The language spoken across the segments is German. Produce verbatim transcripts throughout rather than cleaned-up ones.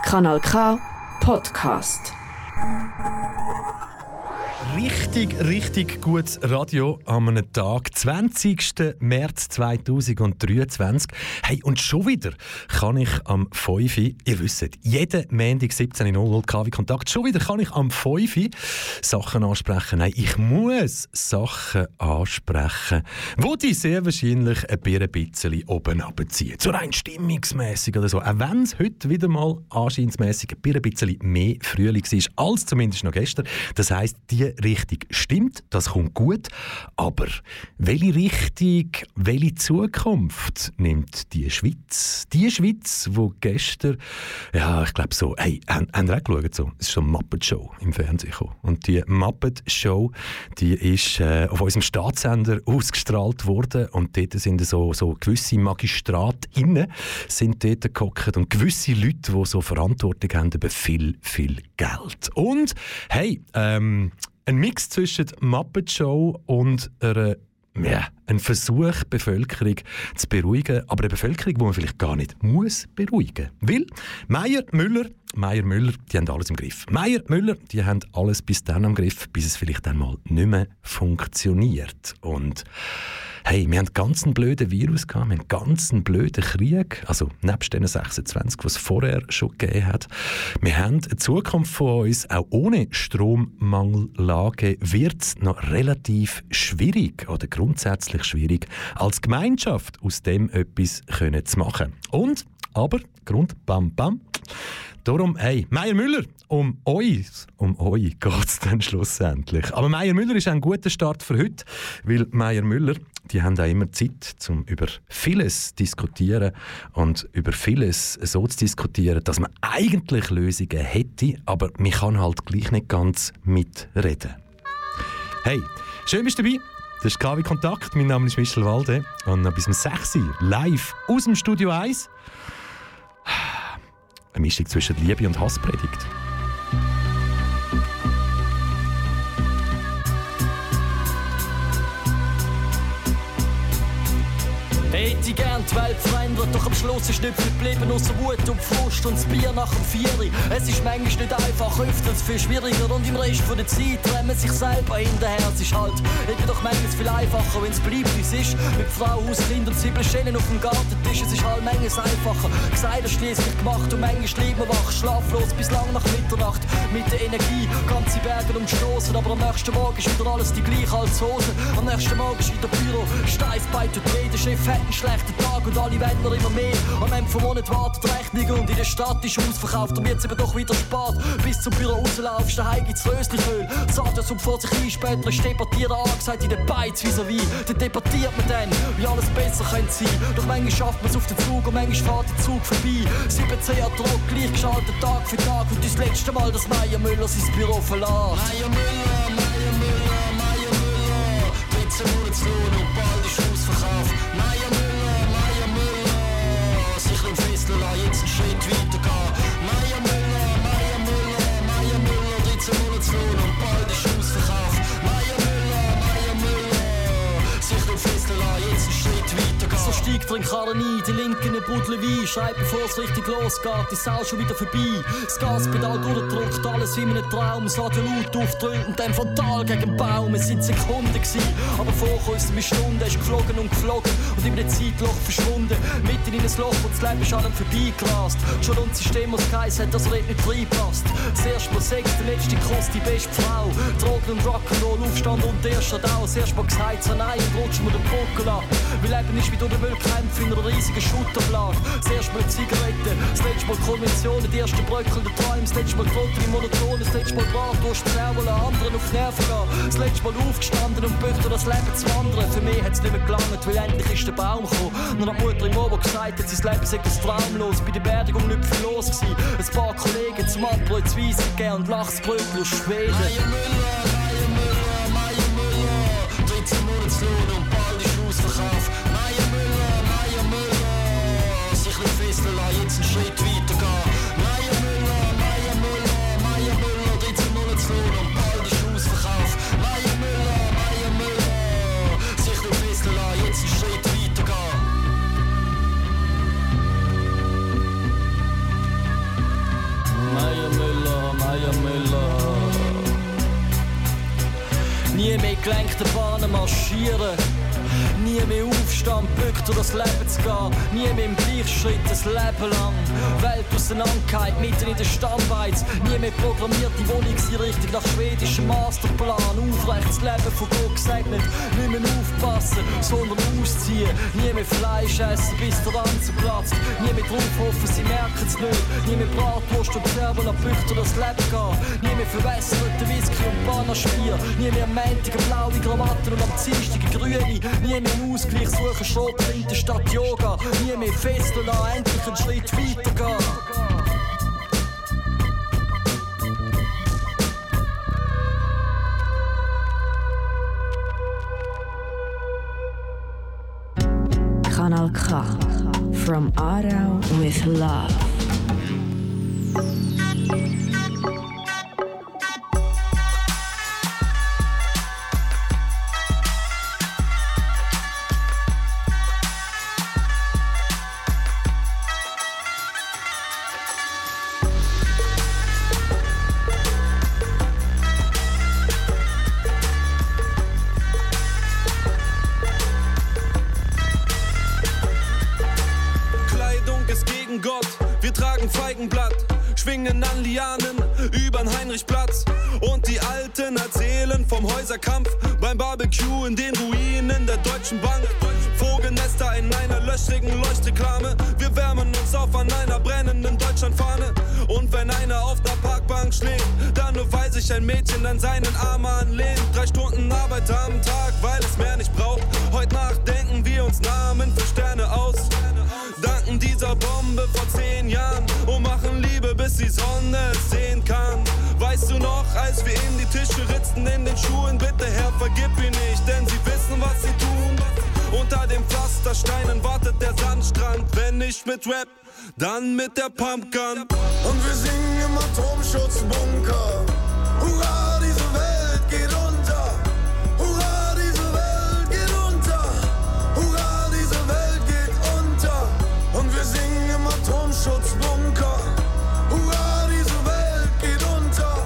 Kanal K Podcast. Richtig, richtig gutes Radio an einem Tag, zwanzigsten März zweitausenddreiundzwanzig. Hey, und schon wieder kann ich am fünf Uhr, ihr wisst, jeden Montag siebzehn Uhr null null K W Kontakt, schon wieder kann ich am fünf Uhr Sachen ansprechen. Nein, ich muss Sachen ansprechen, wo die sehr wahrscheinlich ein bisschen oben runterziehen. So rein stimmungsmässig oder so. Auch wenn es heute wieder mal anscheinsmässig ein bisschen mehr Frühling war, als zumindest noch gestern. Das heisst, die Richtung stimmt, das kommt gut, aber welche Richtung, welche Zukunft nimmt die Schweiz? Die Schweiz, die gestern, ja, ich glaube so, hey, haben Sie auch geschaut, so? Es ist so eine Muppet-Show im Fernsehen gekommen. Und die Muppet-Show, die ist äh, auf unserem Staatssender ausgestrahlt worden und dort sind so, so gewisse MagistrateInnen sind dort gehockt und gewisse Leute, die so Verantwortung haben über viel, viel Geld. Und, hey, ähm, ein Mix zwischen Muppet-Show und einer, ja, ein Versuch, die Bevölkerung zu beruhigen, aber eine Bevölkerung, die man vielleicht gar nicht muss beruhigen muss. Weil Meier, Müller, Meier, Müller, die haben alles im Griff. Meier, Müller, die haben alles bis dann am Griff, bis es vielleicht einmal nicht mehr funktioniert. Und hey, wir haben einen ganz blöden Virus gehabt, wir haben einen ganz blöden Krieg, also nebst den sechsundzwanzig, was es vorher schon gegeben hat. Wir haben eine Zukunft von uns, auch ohne Strommangellage, wird es noch relativ schwierig oder grundsätzlich schwierig, als Gemeinschaft aus dem etwas können zu machen. Und, aber, Grund, bam, bam, darum, hey, Meier Müller, um uns, um euch geht es dann schlussendlich. Aber Meier Müller ist ein guter Start für heute, weil Meier Müller, die haben auch immer Zeit, um über vieles zu diskutieren und über vieles so zu diskutieren, dass man eigentlich Lösungen hätte, aber man kann halt gleich nicht ganz mitreden. Hey, schön bist du dabei. Das ist K W Kontakt, mein Name ist Michel Walde und noch bis um sechs Uhr live aus dem Studio eins. Eine Mischung zwischen Liebe und Hasspredigt. Hätte gern die Welt verändert, doch am Schluss ist nicht viel geblieben, außer Wut und Frust und das Bier nach dem Vieri. Es ist manchmal nicht einfach, öfters viel schwieriger und im Rest von der Zeit rennt man sich selber hinterher. Es ist halt eben doch manchmal viel einfacher, wenn es bleibt, wie es ist. Mit Frau, Haus, Kind und sieben Schellen auf dem Gartentisch. Es ist halt manchmal einfacher, gesagt und schliesslich gemacht und manchmal liegt man wach, schlaflos bis lang nach Mitternacht. Mit der Energie ganze Berge umstoßen, aber am nächsten Morgen ist wieder alles die gleiche als Hose. Am nächsten Morgen ist wieder Büro, steif bei der der Chef hat einen schlechten Tag und alle wollen noch immer mehr. Am Ende vom Monat wartet die Rechnung und in der Stadt ist ausverkauft und jetzt eben doch wieder spart. Bis zum Büro rauslaufst, daheim gibt's Röslichöl. Sagt es um vor sich hin, später ist Debattieren angesagt in den Beiz vis-à-vis. Dann debattiert man dann, wie alles besser könnte sein. Doch manchmal schafft man es auf den Zug und manchmal fährt der Zug vorbei. siebzehn Jahre Druck, gleich geschaltet Tag für Tag und das letzte Mal, dass Meier Müller sein Büro verlässt. Meier Müller, Meier Müller, Meier Müller, dreizehn Monatslohn und bald ist ausverkauft. Meier Müller, Meier Müller, sich im Fesseln lassen, jetzt einen Schritt weitergehen. Meier Müller, Meier Müller, Meier Müller, dreizehn Monatslohn und bald ist ausverkauft. Meier Müller, Meier Müller, sich im Fesseln lassen, jetzt einen Schritt weitergehen. So steigt drin Karren ein, die Linken eine Budle Wein, schreibt bevor es richtig losgeht, ist auch schon wieder vorbei. Das Gaspedal durchdrückt, alles wie in einem Traum, das Radio laut aufdröhnt und dann fatal gegen den Baum. Es sind Sekunden gewesen, aber vorher ist eine Stunde, ist geflogen und geflogen und in einem Zeitloch verschwunden. Mitten in ein Loch, wo das Leben ist an einem vorbeigerast. Schon unser System, was geheißen hat, dass er nicht reinpasst. Das erste Mal Sex, der letzte Kuss, die beste Frau. Drogen und Rock'n'Roll, Aufstand und der erste Dau. Das erste Mal gesagt, so nein, und rutschen wir den Buckel ab. Weil Leben ist wie durch den Müll kämpfen in einer riesigen Schutterblase. Das erste Mal Zigaretten, das letzte Mal Konventionen, die ersten bröckelnden Träume, das letzte Mal Trotter im Monoton, das letzte Mal Brat, durch die Nerven anderen auf die Nerven gehen. Das letzte Mal aufgestanden und böchte das Leben zu wandern. Für mich hat es nicht mehr gelangt, weil endlich ist der Baum gekommen. Nur hat die Mutter im Ober gesagt, hat sein Leben sei das traumlos. Bei der Beerdigung nicht viel los gewesen. Ein paar Kollegen zum Abbrot zu Weisse gegeben und Lachsbrötchen aus Schweden. Meier Müller, Meier Müller, Meier Müller, dreizehn Monatslohn und bald ist ausverkauft. Meier Müller, Meier Müller, sich nicht fesseln lassen, jetzt einen Schritt weitergehen. Meier Müller, Meier Müller, Meier Müller, dreizehn Monatslohn und bald ist ausverkauft. Meier Müller, Meier Müller, sich nicht fesseln lassen, jetzt einen Schritt weitergehen. gelenkten Bahnen marschieren. Nie mehr aufstehen, bückt oder das Leben zu gehen. Nie mehr im Gleichschritt, das Leben lang. Welt auseinandergehalten, mitten in der Stammbeiz. Nie mehr programmierte Wohnungseinrichtung nach schwedischem Masterplan. Aufrecht das Leben von Gott gesegnet. Nicht mehr aufpassen, sondern ausziehen. Nie mehr Fleisch essen, bis der Ranzen platzt. Nie mehr drauf hoffen, sie merken es nicht. Nie mehr Bratwurst und Zerben an Bückt oder das Leben gehen. Nie mehr verwässerte Whisky und Bannerspier. Nie mehr am Montag blaue Krawatten und am Dienstag grüne. Nie mehr Ausgleich suchen, Schrotflinte statt Yoga. Nie mehr Festeln lassen, endlich einen Schritt weitergehen. Kanal K. From Aarau with love. Feigenblatt, schwingen an Lianen übern Heinrichplatz. Und die Alten erzählen vom Häuserkampf beim Barbecue in den Ruinen der Deutschen Bank. Vogelnester in einer löchrigen Leuchtreklame. Wir wärmen uns auf an einer brennenden Deutschlandfahne. Und wenn einer auf der Parkbank schläft, dann nur weil sich ein Mädchen an seinen Arm anlehnt. Drei Stunden Arbeit am Tag, weil es mehr nicht braucht. Heute Nacht denken wir uns Namen für Sterne aus. Danken dieser Bombe vor zehn Jahren und machen Liebe, bis die Sonne es sehen kann. Weißt du noch, als wir in die Tische ritzten in den Schuhen? Bitte Herr, vergib ihn nicht, denn sie wissen, was sie tun. Unter den Pflastersteinen wartet der Sandstrand. Wenn nicht mit Rap, dann mit der Pumpgun. Und wir singen im Atomschutzbunker. Hurra, diese Welt geht unter. Hurra, diese Welt geht unter. Hurra, diese Welt geht unter. Und wir singen im Atomschutzbunker. Hurra, diese Welt geht unter.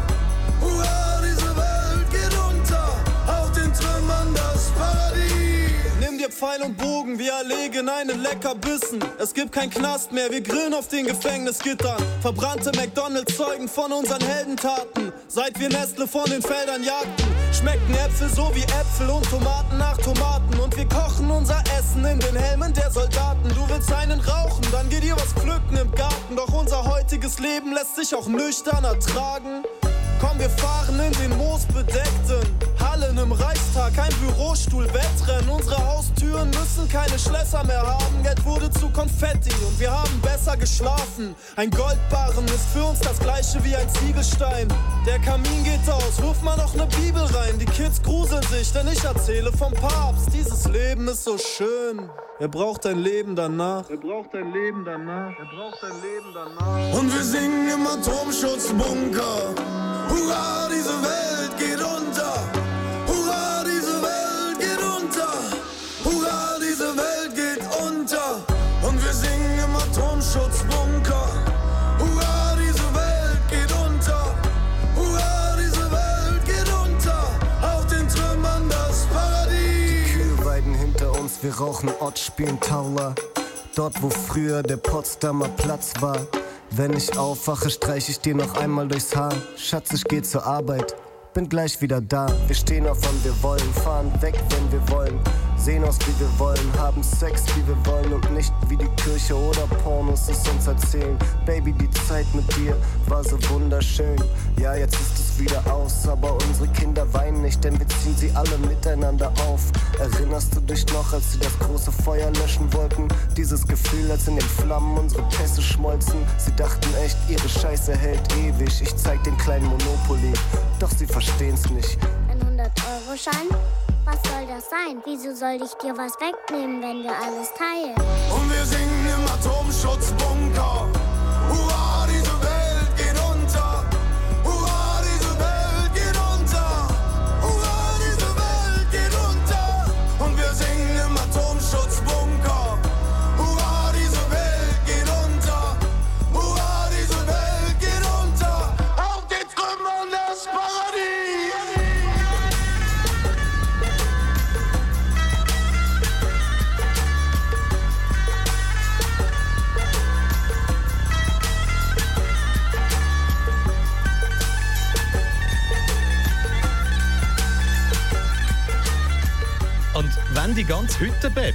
Hurra, diese Welt geht unter. Auf den Trümmern das Paradies. Nimm dir Pfeil und Bogen, wir erlegen einen Leckerbissen. Es gibt kein Knast mehr, wir grillen auf den Gefängnisgittern. Verbrannte McDonalds zeugen von unseren Heldentaten. Seit wir Nestle von den Feldern jagten, schmecken Äpfel so wie Äpfel und Tomaten nach Tomaten. Und wir kochen unser Essen in den Helmen der Soldaten. Du willst einen rauchen, dann geh dir was pflücken im Garten. Doch unser heutiges Leben lässt sich auch nüchtern ertragen. Komm, wir fahren in den moosbedeckten Hallen im Reichstag, ein Bürostuhl, Wettrennen. Unsere Haustüren müssen keine Schlösser mehr haben. Geld wurde zu Konfetti und wir haben besser geschlafen. Ein Goldbarren ist für uns das gleiche wie ein Ziegelstein. Der Kamin geht aus, wirf mal noch ne Bibel rein. Die Kids gruseln sich, denn ich erzähle vom Papst. Dieses Leben ist so schön. Er braucht ein Leben danach. Er braucht ein Leben danach. Er braucht ein Leben danach. Und wir singen im Atomschutzbunker. Hurra, diese Welt geht unter. Hurra, diese Welt geht unter. Hurra, diese Welt geht unter. Und wir singen im Atomschutzbunker. Hurra, diese Welt geht unter. Hurra, diese Welt geht unter. Auf den Trümmern das Paradies. Die Kühlweiden hinter uns, wir rauchen Ott, spielen Taula. Dort, wo früher der Potsdamer Platz war. Wenn ich aufwache, streich ich dir noch einmal durchs Haar. Schatz, ich geh zur Arbeit, bin gleich wieder da. Wir stehen auf, wann wir wollen, fahren weg, wenn wir wollen. Sehen aus, wie wir wollen, haben Sex, wie wir wollen. Und nicht wie die Kirche oder Pornos es uns erzählen. Baby, die Zeit mit dir war so wunderschön. Ja, jetzt ist es wieder aus, aber unsere Kinder weinen nicht, denn wir ziehen sie alle miteinander auf. Erinnerst du dich noch, als sie das große Feuer löschen wollten? Dieses Gefühl, als in den Flammen unsere Pässe schmolzen. Sie dachten echt, ihre Scheiße hält ewig. Ich zeig den kleinen Monopoly, doch sie verstehen's nicht. Ein hundert-Euro-Schein? Was soll das sein? Wieso soll ich dir was wegnehmen, wenn wir alles teilen? Und wir singen im Atomschutzbunker. Hurra, diese Welt geht unter. Hurra, diese Welt geht unter. Hurra, diese Welt geht unter. Und wir singen im Atomschutzbunker. Hurra, diese Welt geht unter. Hurra, diese Welt geht unter. Auf den Trümmern das Paradies. die ganze Hütte bebt.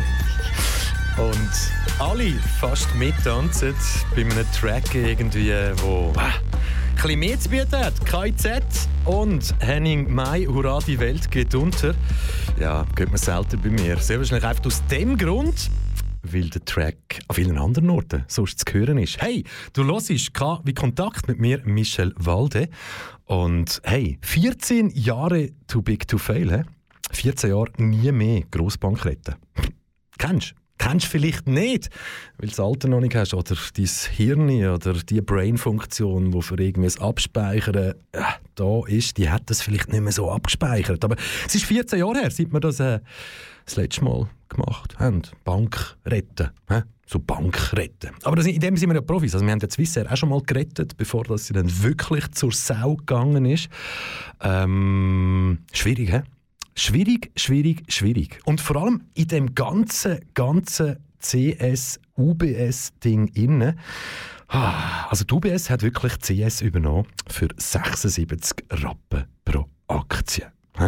Und alle fast mittanzen bei einem Track irgendwie, wo ah, ein bisschen mehr zu bieten hat. K Z und Henning Mai, Hurra, die Welt geht unter. Ja, geht man selten bei mir. Sehr wahrscheinlich einfach aus dem Grund, weil der Track an vielen anderen Orten sonst zu hören ist. Hey, du hörst K wie Kontakt mit mir, Michel Walde. Und hey, vierzehn Jahre too big to fail, he? vierzehn Jahre nie mehr Grossbank retten. Kennst du? Kennst du vielleicht nicht, weil du das Alter noch nicht hast oder dein Hirn oder die Brain-Funktion, die für irgendwas Abspeichern äh, da ist, die hat das vielleicht nicht mehr so abgespeichert. Aber es ist vierzehn Jahre her, seit wir das äh, das letzte Mal gemacht haben. Bank retten. Hä? So Bank retten. Aber das, in dem sind wir ja Profis. Also wir haben ja Swissair auch schon mal gerettet, bevor das sie dann wirklich zur Sau gegangen ist. Ähm, schwierig, hä? Schwierig, schwierig, schwierig. Und vor allem in dem ganzen, ganzen C S U B S-Ding inne. Also die U B S hat wirklich C S übernommen für sechsundsiebzig Rappen pro Aktie.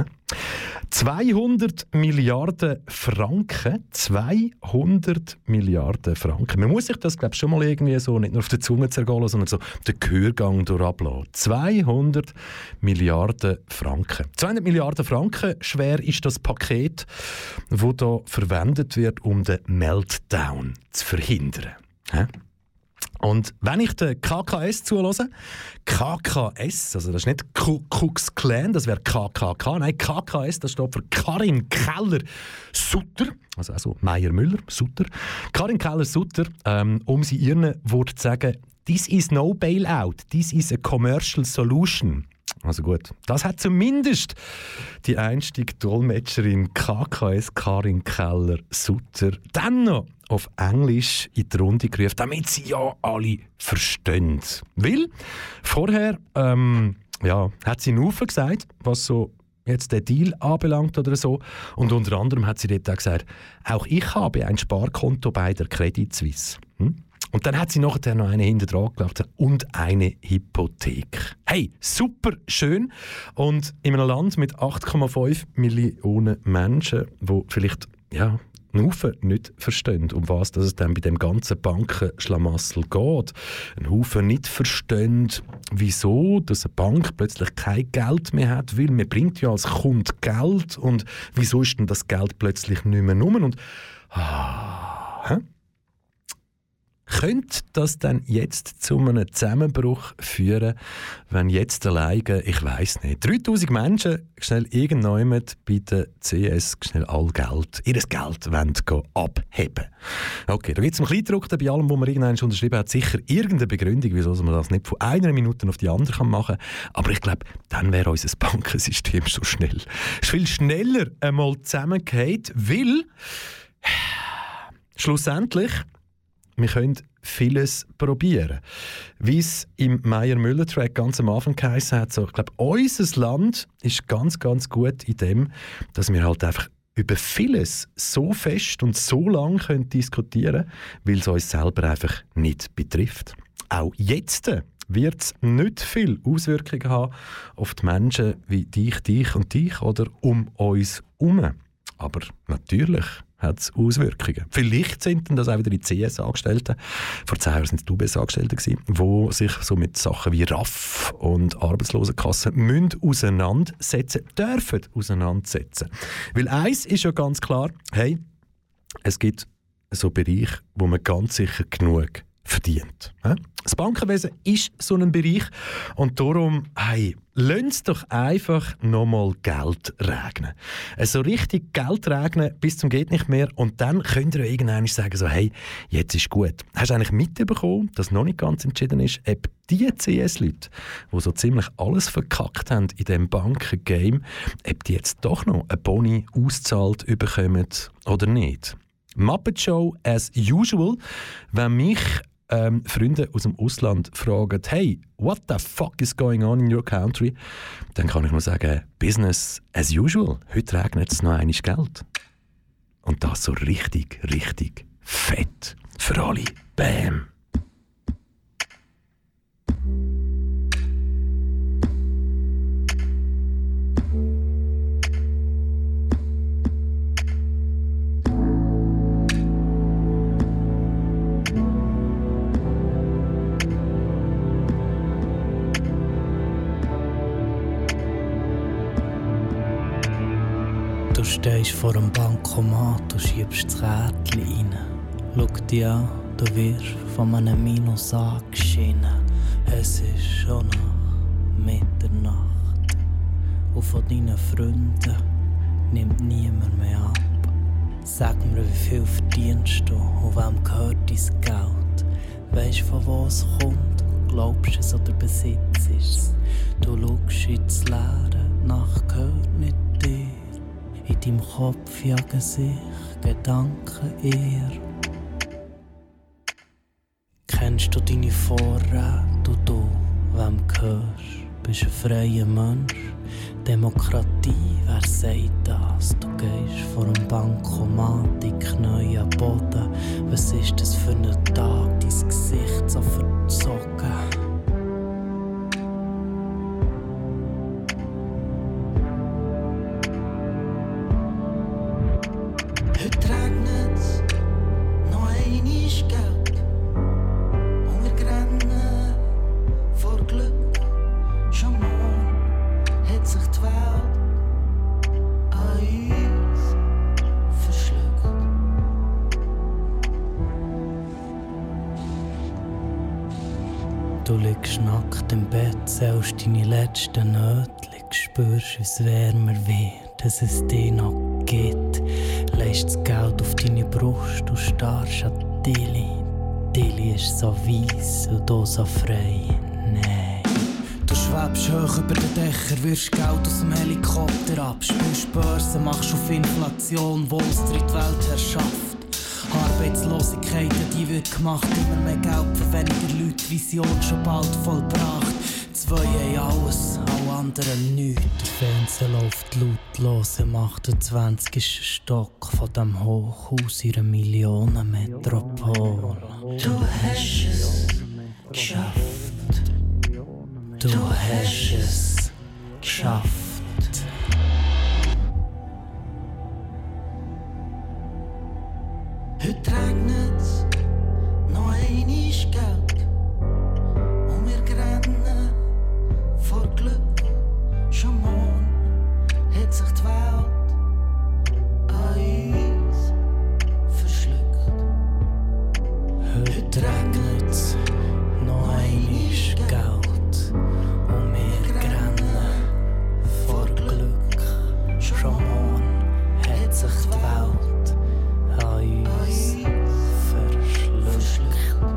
zweihundert Milliarden Franken. zweihundert Milliarden Franken. Man muss sich das, glaube ich, schon mal irgendwie so nicht nur auf der Zunge zergehen, sondern so den Gehörgang durchablassen. zweihundert Milliarden Franken. zweihundert Milliarden Franken schwer ist das Paket, das hier verwendet wird, um den Meltdown zu verhindern. Hä? Und wenn ich den K K S zulasse, K K S, also das ist nicht Ku Klux Klan, das wäre K K K, nein, K K S, das steht für Karin Keller-Sutter, also, also Meyer-Müller, Sutter. Karin Keller-Sutter, ähm, um sie ihren Worten zu sagen, «This is no bailout, this is a commercial solution». Also gut, das hat zumindest die einstige Dolmetscherin K K S, Karin Keller-Sutter, dann noch auf Englisch in die Runde gerufen, damit sie ja alle verstehen. Weil vorher ähm, ja, hat sie einen Haufen gesagt, was so jetzt den Deal anbelangt oder so. Und unter anderem hat sie dort auch gesagt, auch ich habe ein Sparkonto bei der Credit Suisse. Hm? Und dann hat sie nachher noch eine hinten dran gelegt und eine Hypothek. Hey, super schön. Und in einem Land mit acht Komma fünf Millionen Menschen, die vielleicht ja, einen Haufen nicht verstehen, um was dass es dann bei dem ganzen Bankenschlamassel geht. Ein Haufen nicht verstehen, wieso dass eine Bank plötzlich kein Geld mehr hat, weil man bringt ja als Kunde Geld und wieso ist denn das Geld plötzlich nicht mehr rum? Und ah, hä? Könnte das dann jetzt zu einem Zusammenbruch führen, wenn jetzt alleine, ich weiss nicht, dreitausend Menschen schnell irgendjemand bei der C S schnell all Geld, ihr Geld wollen abheben? Okay, da gibt es einen Kleindruck bei allem, was man irgendwann schon unterschrieben hat, sicher irgendeine Begründung, wieso man das nicht von einer Minute auf die andere machen kann. Aber ich glaube, dann wäre unser Bankensystem so schnell. Es ist viel schneller einmal zusammengefallen, weil schlussendlich wir können vieles probieren. Wie es im Meyer-Müller-Track ganz am Anfang geheißen hat, so, ich glaube, unser Land ist ganz, ganz gut in dem, dass wir halt einfach über vieles so fest und so lang können diskutieren können, weil es uns selber einfach nicht betrifft. Auch jetzt wird es nicht viel Auswirkungen haben auf die Menschen wie dich, dich und dich oder um uns herum. Aber natürlich hat es Auswirkungen. Vielleicht sind das auch wieder die C S-Angestellten. Vor zehn Jahren waren es die U B S-Angestellten, die sich so mit Sachen wie R A F und Arbeitslosenkassen müssen auseinandersetzen, dürfen auseinandersetzen. Weil eins ist ja ganz klar, hey, es gibt so Bereiche, wo man ganz sicher genug verdient. Das Bankenwesen ist so ein Bereich und darum, hey, lasst doch einfach nochmal Geld regnen. So richtig Geld regnen bis zum geht nicht mehr und dann könnt ihr irgendwann sagen, so, hey, jetzt ist gut. Hast du eigentlich mitbekommen, dass noch nicht ganz entschieden ist, ob die C S-Leute, die so ziemlich alles verkackt haben in diesem Bankengame, ob die jetzt doch noch eine Boni auszahlt bekommen oder nicht? Muppet Show as usual. Wenn mich ähm, Freunde aus dem Ausland fragen, hey, what the fuck is going on in your country? Dann kann ich nur sagen, Business as usual. Heute regnet es noch einmal Geld. Und das so richtig, richtig fett. Für alle. Bam. Du stehst vor einem Bankomat und schiebst das Kärtchen rein. Schau dich an, du wirst von einem Minus angeschienen. Es ist schon nach Mitternacht. Und von deinen Freunden nimmt niemand mehr ab. Sag mir, wie viel verdienst du und wem gehört dein Geld? Weisst von wo es kommt, glaubst es oder besitzt es? Du schaust ins Leere, die Nacht gehört nicht dir. In deinem Kopf jagen sich Gedanken eher. Kennst du deine Vorräte, du, du, wem gehörst? Bist ein freier Mensch? Demokratie, wer sagt das? Du gehst vor einem Bankomat in Knie am Boden. Was ist das für ein Tag, dein Gesicht so verzogen? Heute regnet's, noch einmal Geld. Und wir rennen vor Glück. Schon morgen hat sich die Welt an uns verschluckt. Du liegst nackt im Bett, zählst deine letzten Nötchen, spürst, wie es wärmer wird, dass es dich noch gibt. Legst das Geld auf deine Brust und starrst an Tilly. Tilly ist so weiss und du so frei. Nein. Du schwebst hoch über den Dächer, wirfst Geld aus dem Helikopter ab, spürst Börsen, machst auf Inflation, Wall Street, Weltherrschaft. Arbeitslosigkeit, die wird gemacht, immer mehr Geld für weniger Leute, Vision schon bald vollbracht. Zwei haben alles, alle anderen nichts. Der Fernseher läuft lautlos im achtundzwanzigsten Stock von dem Hochhaus in einer Millionenmetropole. Du hast es geschafft. Du hast es geschafft. Heute regnet's, noch einmal Geld. Und wir rennen vor Glück. Schon morgen hat sich die Welt an uns verschluckt. Heute regnet's, noch einmal Geld. Und wir rennen vor Glück. Schon morgen hat sich die Welt an uns verschluckt.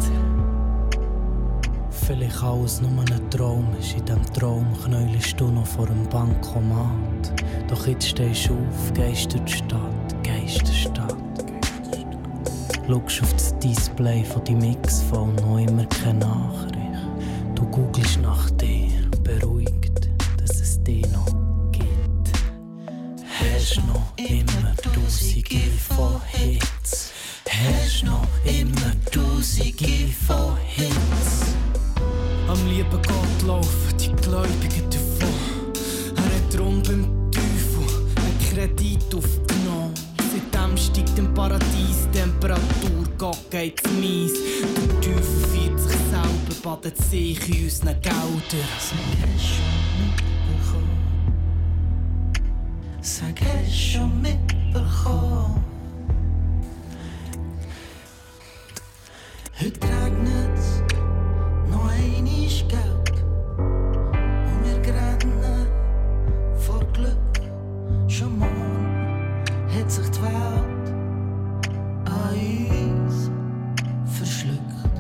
Vielleicht alles nur ein Traum ist. In diesem Traum knäulst du noch vor einem Bankomat. Doch jetzt stehst du auf, gehst durch die Stadt, gehst der Stadt. Schaust auf das Display von deinem X-Phone, noch immer keine Nachricht. Du googelst nach dir, beruhigt, dass es dich noch gibt. Hast noch immer Tausende von Hits. Hast noch immer Tausende von Hits. Am lieben Gott laufen die Gläubigen davon. Er hat drum beim Teufel einen Kredit aufgenommen. Seitdem steigt im Paradies die Temperatur, Gott geht's mies. Der Teufel feiert sich selber, badet sich in unseren Geldern. Sag, hast du schon mitbekommen? Heute regnet's, noch einmal Geld. Und wir rennen vor Glück. Schon morgen hat sich die Welt an uns verschluckt.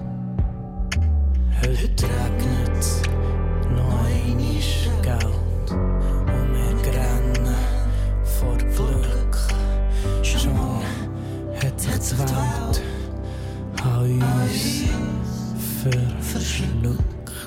Heute regnet's, noch einmal Geld. Und wir rennen vor Glück. Schon morgen hat sich die Welt an uns verschluckt.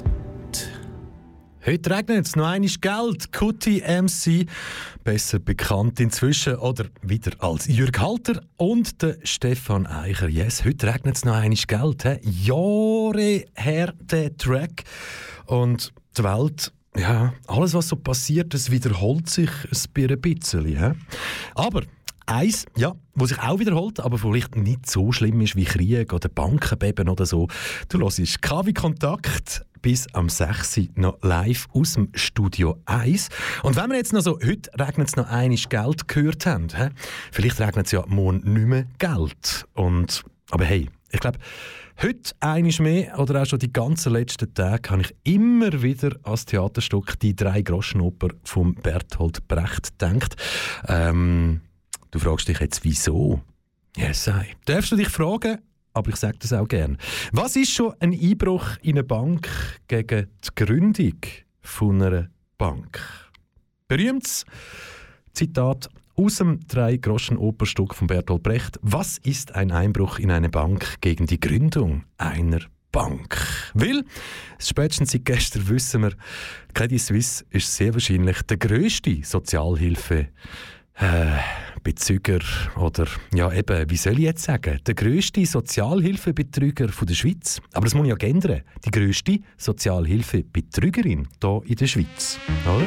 Heute regnet es, noch einmal Geld. Kutti M C, besser bekannt inzwischen oder wieder als Jürg Halter und der Stefan Eicher. Yes, heute regnet es, noch einmal Geld. He? Jahre her der Track. Und die Welt, ja, alles was so passiert, das wiederholt sich ein bisschen. He? Aber eins, ja, was sich auch wiederholt, aber vielleicht nicht so schlimm ist wie Krieg oder Bankenbeben oder so. Du hörst K wie Kontakt, bis am sechs Uhr noch live aus dem Studio eins. Und wenn wir jetzt noch so, heute regnet es noch einmal Geld gehört haben, he? Vielleicht regnet es ja morgen nicht mehr Geld. Und, aber hey, ich glaube, heute einmal mehr oder auch schon die ganzen letzten Tage habe ich immer wieder als Theaterstück «Die Drei-Groschen-Oper» von Bertolt Brecht gedacht. Ähm, du fragst dich jetzt, wieso? Ja, sei. Darfst du dich fragen, aber ich sage das auch gerne. Was ist schon ein Einbruch in eine Bank gegen die Gründung von einer Bank? Berühmtes Zitat aus dem Drei-Groschen-Operstück von Bertolt Brecht. Was ist ein Einbruch in eine Bank gegen die Gründung einer Bank? Weil, spätestens seit gestern wissen wir, Credit Suisse ist sehr wahrscheinlich der grösste Sozialhilfe äh, Bezüger oder, ja eben, wie soll ich jetzt sagen, der grösste Sozialhilfebetrüger von der Schweiz. Aber das muss ich ja ändern. Die grösste Sozialhilfebetrügerin hier in der Schweiz. Oder?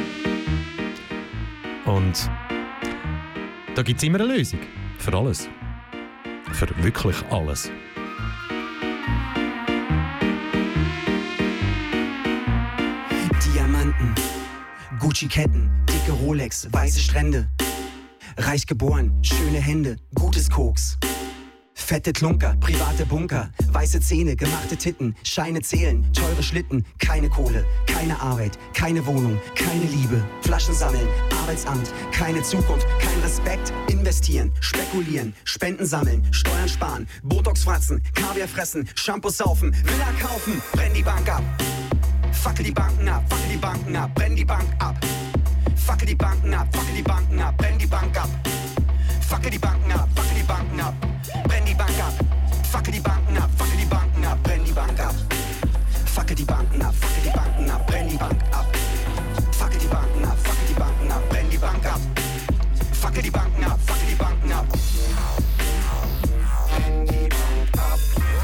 Und da gibt es immer eine Lösung. Für alles. Für wirklich alles. Diamanten, Gucci-Ketten, dicke Rolex, weiße Strände. Reich geboren, schöne Hände, gutes Koks. Fette Klunker, private Bunker, weiße Zähne, gemachte Titten, Scheine zählen, teure Schlitten, keine Kohle, keine Arbeit, keine Wohnung, keine Liebe, Flaschen sammeln, Arbeitsamt, keine Zukunft, kein Respekt, investieren, spekulieren, Spenden sammeln, Steuern sparen, Botox fratzen, Kaviar fressen, Shampoo saufen, Villa kaufen, brenn die Bank ab. Fackel die Banken ab, fackel die Banken ab, brenn die Bank ab. Fackel die Banken ab, fackel die Banken ab, brenn die Bank ab. Fackel die Banken ab, fackel die Banken ab, brenn die Bank ab. Fackel die Banken ab, fackel die Banken ab, brenn die Bank ab. Fackel die Banken ab, fackel die Banken ab, brenn die Bank ab. Fackel die Banken ab, fackel die Banken ab, brenn die Bank ab. Fackel die Banken ab, fackel die Banken ab. Brenn die Bank ab.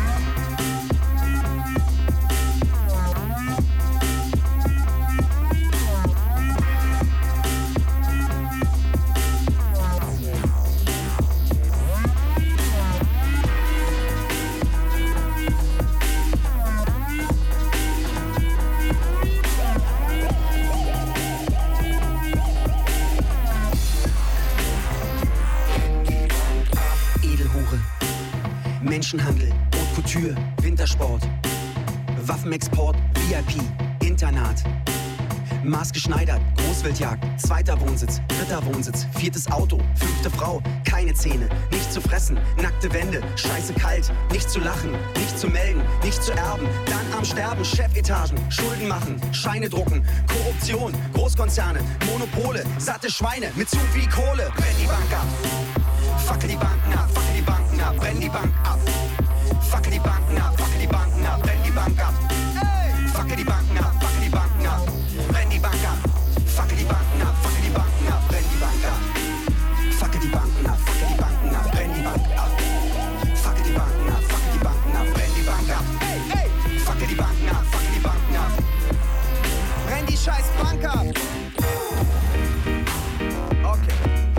Menschenhandel, Haute Couture, Wintersport, Waffenexport, V I P, Internat, maßgeschneidert, Großwildjagd, zweiter Wohnsitz, dritter Wohnsitz, viertes Auto, fünfte Frau, keine Zähne, nicht zu fressen, nackte Wände, scheiße kalt, nicht zu lachen, nicht zu melden, nicht zu erben, dann am Sterben, Chefetagen, Schulden machen, Scheine drucken, Korruption, Großkonzerne, Monopole, satte Schweine mit zu viel Kohle, brenn die Bank ab. Fackel die Banken ab, fackel die Banken ab, brenn die Bank ab. Fackel die Banken ab, fackel die Banken ab, brenn die Bank ab. Fackel die Banken ab, fackel die Banken ab, brenn die Bank ab. Fackel die Banken ab, fackel die Banken ab, brenn die Bank ab. Fackel die Banken ab, fackel die Banken ab, brenn die Bank ab. Fackel die Banken ab, fackel die Banken ab, brenn die Bank ab. Fackel die Banken ab, fackel die Banken ab. Brenn die scheiß Bank ab. Okay.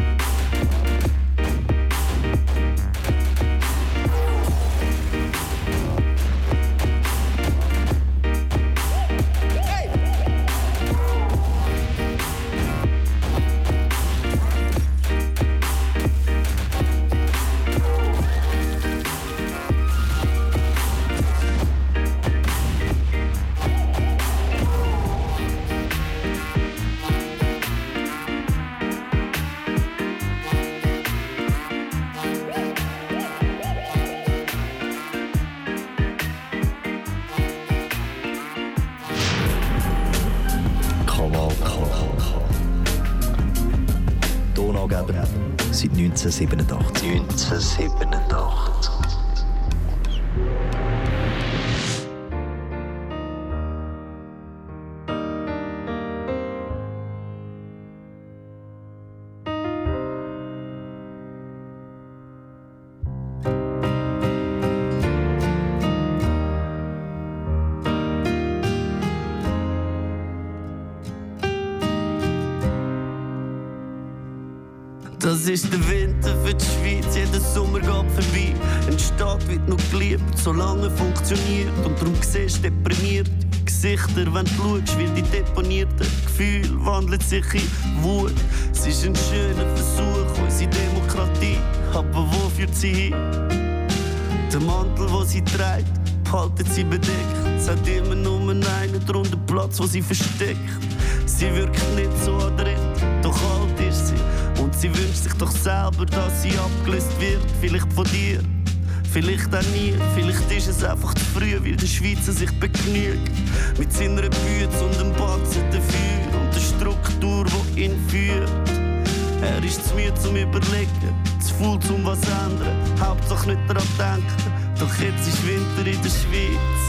Seit neunzehnhundertsiebenundachtzig. neunzehnhundertsiebenundachtzig. Das ist der Winter für die Schweiz, jeder Sommer geht vorbei. Eine Stadt wird noch geliebt, solange funktioniert. Und darum siehst du deprimiert, Gesichter, wenn du schaust, weil die deponierten Gefühle wandeln sich in Wut. Es ist ein schöner Versuch, unsere Demokratie, aber wo führt sie hin? Der Mantel, den sie trägt, behaltet sie bedeckt. Es hat immer nur einen drunter Platz, wo sie versteckt. Sie wirkt nicht so adrett, doch alt ist sie. Und sie wünscht sich doch selber, dass sie abgelöst wird. Vielleicht von dir, vielleicht auch nie. Vielleicht ist es einfach zu früh, weil der Schweizer sich begnügt mit seiner Bütze und dem Batzen dafür und der Struktur, die ihn führt. Er ist zu müde zum Überlegen, zu faul zum was ändern. Hauptsache nicht daran denken, doch jetzt ist Winter in der Schweiz.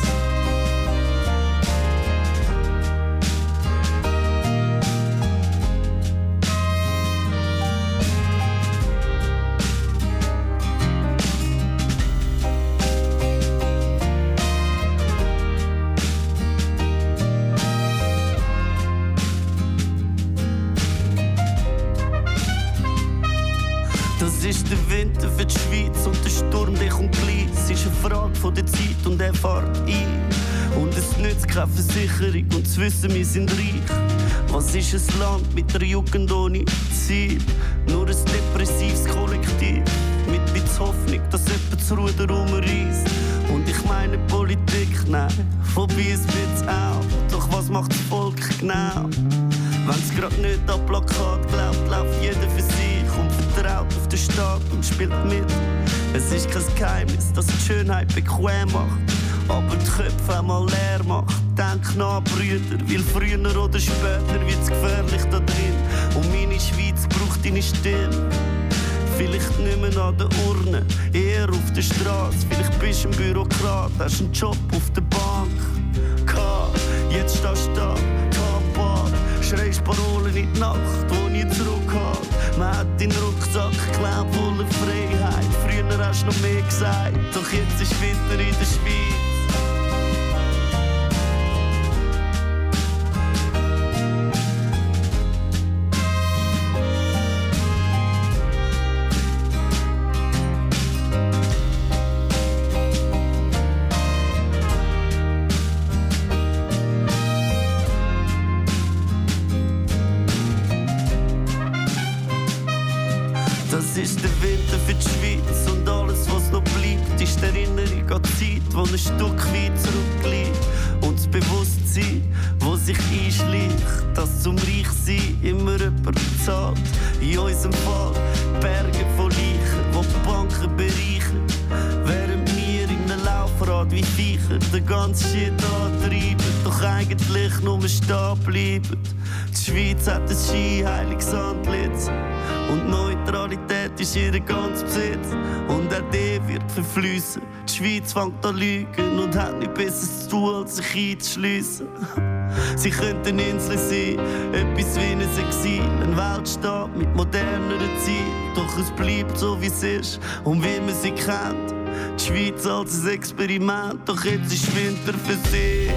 Das ist der Winter für die Schweiz und der Sturm, der kommt gleich. Es ist eine Frage von der Zeit und er fährt ein. Und es nützt keine Versicherung und zu wissen, wir sind reich. Was ist ein Land mit einer Jugend ohne Ziel? Nur ein depressives Kollektiv mit ein bisschen Hoffnung, dass jemand das Ruder rumreißt. Und ich meine Politik, nein, vorbei ist jetzt auch. Doch was macht das Volk genau? Wenn's grad nicht an Plakat glaubt, läuft jeder für sich und vertraut auf den Staat und spielt mit. Es ist kein Geheimnis, dass die Schönheit bequem macht, aber die Köpfe einmal leer macht. Denk nach, Brüder, weil früher oder später wird's gefährlich da drin. Und meine Schweiz braucht deine Stimme. Vielleicht nicht mehr an der Urne, eher auf der Straße. Vielleicht bist du ein Bürokrat, hast einen Job auf der Bank. K, jetzt stehst du da, K-Bar, schreist Parolen in die Nacht, die nie zurückhalt. Man hat deinen Rucksack geklaut, voller Freiheit. Früher hast du noch mehr gesagt, doch jetzt ist Winter in der Schweiz. Das ist der Winter für die Schweiz und alles, was noch bleibt, ist die Erinnerung an die Zeit, die ein Stück weit zurückliegt. Und das Bewusstsein, das sich einschleicht, dass zum Reichsein immer jemand zahlt. In unserem Fall Berge von Leichen, die die Banken bereichern, während wir in einem Laufrad wie Viecher den ganzen Shit antreiben, doch eigentlich nur stehen bleiben. Die Schweiz hat ein skiheiliges Antlitz und Neutralität ist ihr ganz Besitz. Und auch der wird verfliessen. Die Schweiz fängt an lügen und hat nichts Besseres zu tun, als sich einzuschliessen. Sie könnten Inseln sein, etwas wie ein Exil, ein Weltstaat mit moderneren Zielen. Doch es bleibt so, wie es ist und wie man sie kennt. Die Schweiz als ein Experiment, doch jetzt ist Winter für sie.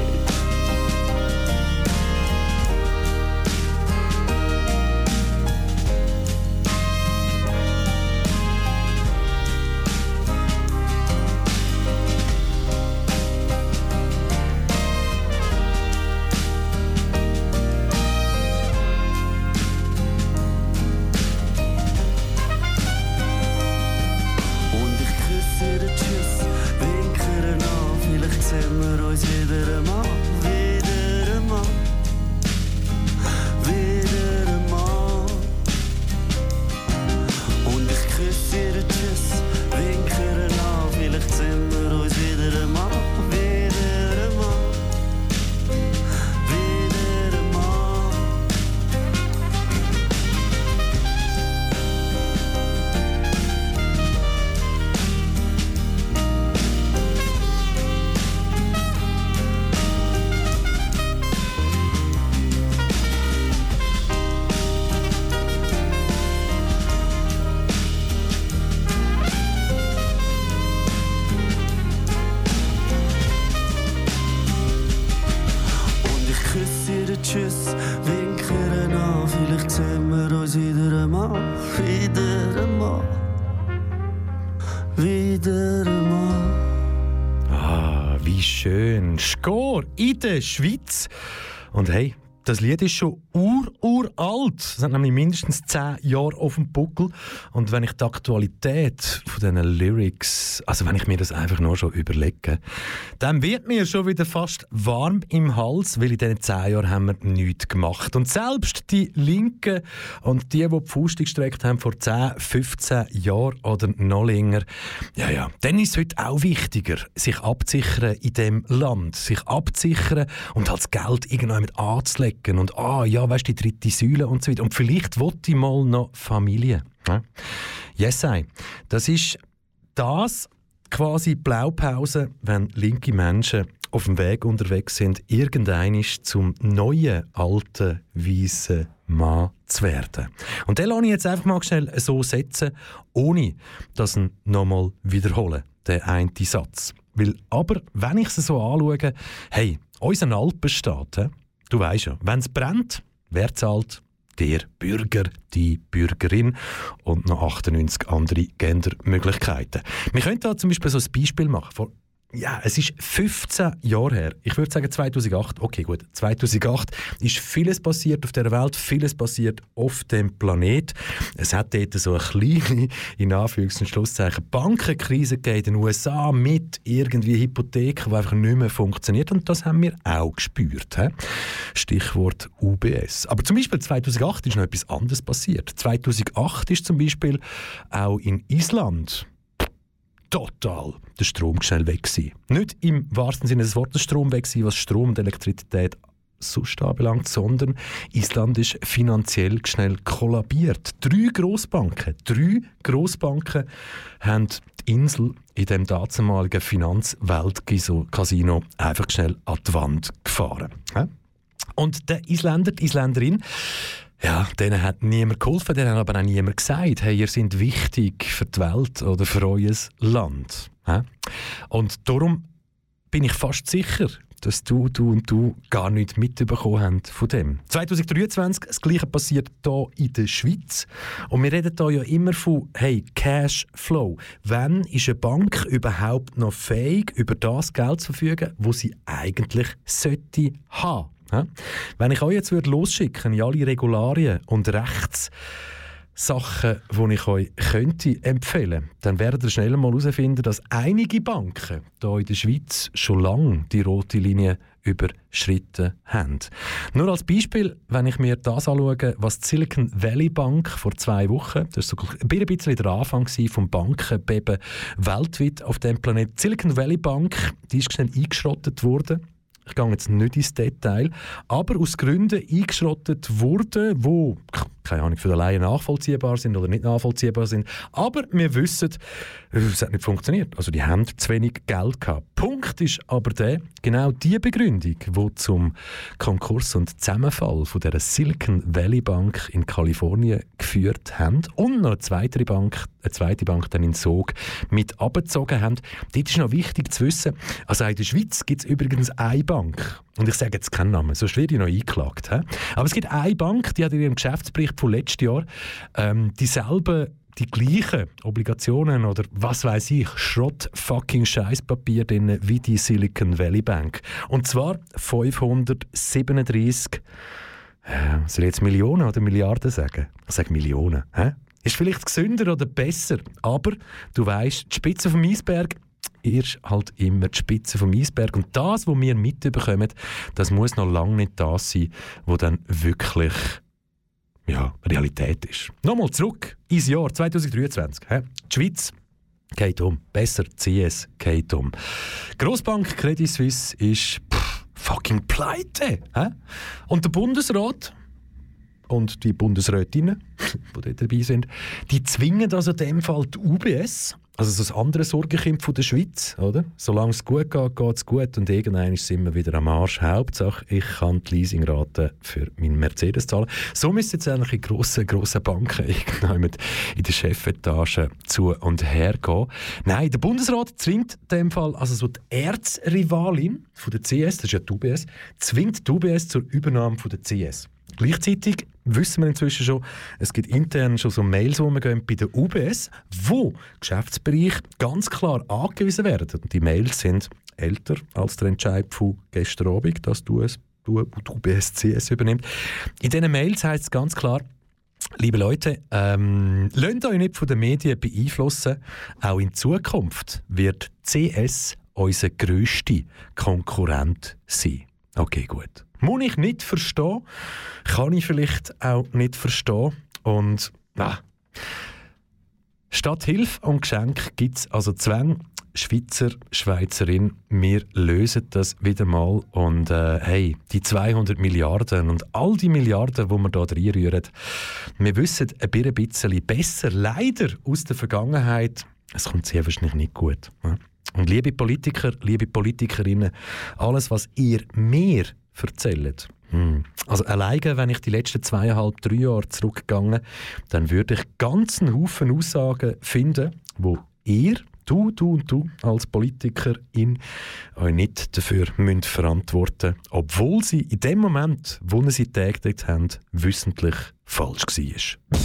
Tschüss, winken an, vielleicht sehen wir uns wieder einmal, wieder einmal, wieder einmal. Ah, wie schön. Skor in der Schweiz. Und hey, das Lied ist schon ur-uralt. Es hat nämlich mindestens zehn Jahre auf dem Buckel. Und wenn ich die Aktualität von diesen Lyrics, also wenn ich mir das einfach nur schon überlege, dann wird mir schon wieder fast warm im Hals, weil in diesen zehn Jahren haben wir nichts gemacht. Und selbst die Linken und die, die die Faust gestreckt haben vor zehn, fünfzehn Jahren oder noch länger, ja, ja, dann ist es heute auch wichtiger, sich abzusichern in diesem Land. Sich abzusichern und halt das Geld irgendjemand anzulegen. Und ah, ja, weißt du, die dritte Säule und so weiter. Und vielleicht wollte ich mal noch Familie. Ja? Yes, I. Das ist das quasi Blaupause, wenn linke Menschen auf dem Weg unterwegs sind, irgendeinisch zum neuen, alten, weißen Mann zu werden. Und den lasse ich jetzt einfach mal schnell so setzen, ohne dass ich ihn nochmal wiederhole, den einen Satz. Weil, aber, wenn ich es so anschaue, hey, unser Alpenstaat, he? Du weisst ja, wenn es brennt, wer zahlt? Der Bürger, die Bürgerin und noch achtundneunzig andere Gendermöglichkeiten. Wir können da zum Beispiel so ein Beispiel machen. Vor, ja, es ist fünfzehn Jahre her. Ich würde sagen zweitausendacht. Okay, gut. zweitausendacht ist vieles passiert auf der Welt, vieles passiert auf dem Planet. Es hat dort so eine kleine, in Anführungs- und Schlusszeichen, Bankenkrise gegeben in den U S A mit irgendwie Hypotheken, die einfach nicht mehr funktioniert. Und das haben wir auch gespürt. He? Stichwort U B S. Aber zum Beispiel zweitausendacht ist noch etwas anderes passiert. zweitausendacht ist zum Beispiel auch in Island total der Strom schnell weg gewesen. Nicht im wahrsten Sinne des Wortes Strom weg gewesen, was Strom und Elektrizität sonst anbelangt, sondern Island ist finanziell schnell kollabiert. Drei Grossbanken, drei Grossbanken haben die Insel in dem damaligen Finanzwelt-Casino einfach schnell an die Wand gefahren. Und der Isländer, die Isländerin, ja, denen hat niemand geholfen, denen hat aber auch niemand gesagt, hey, ihr seid wichtig für die Welt oder für euer Land. Und darum bin ich fast sicher, dass du, du und du gar nichts mitbekommen habt von dem. zwanzig dreiundzwanzig, das Gleiche passiert hier in der Schweiz. Und wir reden hier ja immer von, hey, Cashflow. Wann ist eine Bank überhaupt noch fähig, über das Geld zu verfügen, das sie eigentlich sollte haben? Ja? Wenn ich euch jetzt losschicken in alle Regularien und Rechtssachen, die ich euch könnte empfehlen, dann werdet ihr schnell mal herausfinden, dass einige Banken hier in der Schweiz schon lange die rote Linie überschritten haben. Nur als Beispiel, wenn ich mir das anschaue, was die Silicon Valley Bank vor zwei Wochen, das war so ein bisschen der Anfang vom Bankenbeben weltweit auf dem Planeten. Die Silicon Valley Bank, die ist schnell eingeschrottet worden. Ich gehe jetzt nicht ins Detail, aber aus Gründen eingeschrottet wurde, die, keine Ahnung, für die Laien nachvollziehbar sind oder nicht nachvollziehbar sind. Aber wir wissen, es hat nicht funktioniert. Also die haben zu wenig Geld gehabt. Punkt ist aber der, genau die Begründung, die zum Konkurs und Zusammenfall von der Silicon Valley Bank in Kalifornien geführt haben und noch eine zweite Bank, eine zweite Bank dann in Sog mit abgezogen haben. Dort ist noch wichtig zu wissen, also in der Schweiz gibt es übrigens eine Bank, und ich sage jetzt keinen Namen, sonst werde ich noch eingeklagt. He? Aber es gibt eine Bank, die hat in ihrem Geschäftsbericht von letztes Jahr ähm, dieselben, die gleichen Obligationen oder was weiß ich, Schrott-fucking-Scheißpapier drin wie die Silicon Valley Bank. Und zwar fünfhundertsiebenunddreißig, äh, soll ich jetzt Millionen oder Milliarden sagen? Ich sage Millionen. He? Ist vielleicht gesünder oder besser, aber du weisst, die Spitze vom Eisberg ist halt immer die Spitze vom Eisberg. Und das, was wir mitbekommen, das muss noch lange nicht das sein, was dann wirklich ja, Realität ist. Nochmal zurück ins Jahr zwanzig dreiundzwanzig. He? Die Schweiz geht um. Besser, C S geht um. Grossbank Credit Suisse ist pff, fucking pleite. He? Und der Bundesrat und die Bundesrätinnen, die dort dabei sind, die zwingen also in dem Fall die U B S, also so das andere Sorgenkind von der Schweiz, oder? Solange es gut geht, geht es gut und irgendwann sind wir wieder am Arsch. Hauptsache, ich kann die Leasingrate für meinen Mercedes zahlen. So müssen jetzt eigentlich in grossen, grossen Banken irgendwann in der Chefetage zu und her gehen. Nein, der Bundesrat zwingt in dem Fall, also so die Erzrivalin von der C S, das ist ja die U B S, zwingt die U B S zur Übernahme von der C S. Gleichzeitig wissen wir inzwischen schon, es gibt intern schon so Mails, wo wir gehen bei der U B S, wo Geschäftsbereiche ganz klar angewiesen werden. Und die Mails sind älter als der Entscheid von gestern Abend, dass du es du, du B S C S übernimmt. In diesen Mails heisst es ganz klar, liebe Leute, ähm, lasst euch nicht von den Medien beeinflussen. Auch in Zukunft wird C S unser grösster Konkurrent sein. Okay, gut. Muss ich nicht verstehen, kann ich vielleicht auch nicht verstehen. Und na, statt Hilfe und Geschenk gibt es also Zwänge. Schweizer, Schweizerin, wir lösen das wieder mal. Und äh, hey, die zweihundert Milliarden und all die Milliarden, die wir hier reinrühren, wir wissen ein bisschen besser, leider aus der Vergangenheit, es kommt sehr wahrscheinlich nicht gut. Ja? Und liebe Politiker, liebe Politikerinnen, alles, was ihr mir erzählt, hm. also alleine, wenn ich die letzten zweieinhalb, drei Jahre zurückgegangen, dann würde ich ganz einen Haufen Aussagen finden, wo ihr Du, du und du als Politikerin euch nicht dafür müsst verantworten, obwohl sie in dem Moment, wo ihr sie getätigt haben, wissentlich falsch war.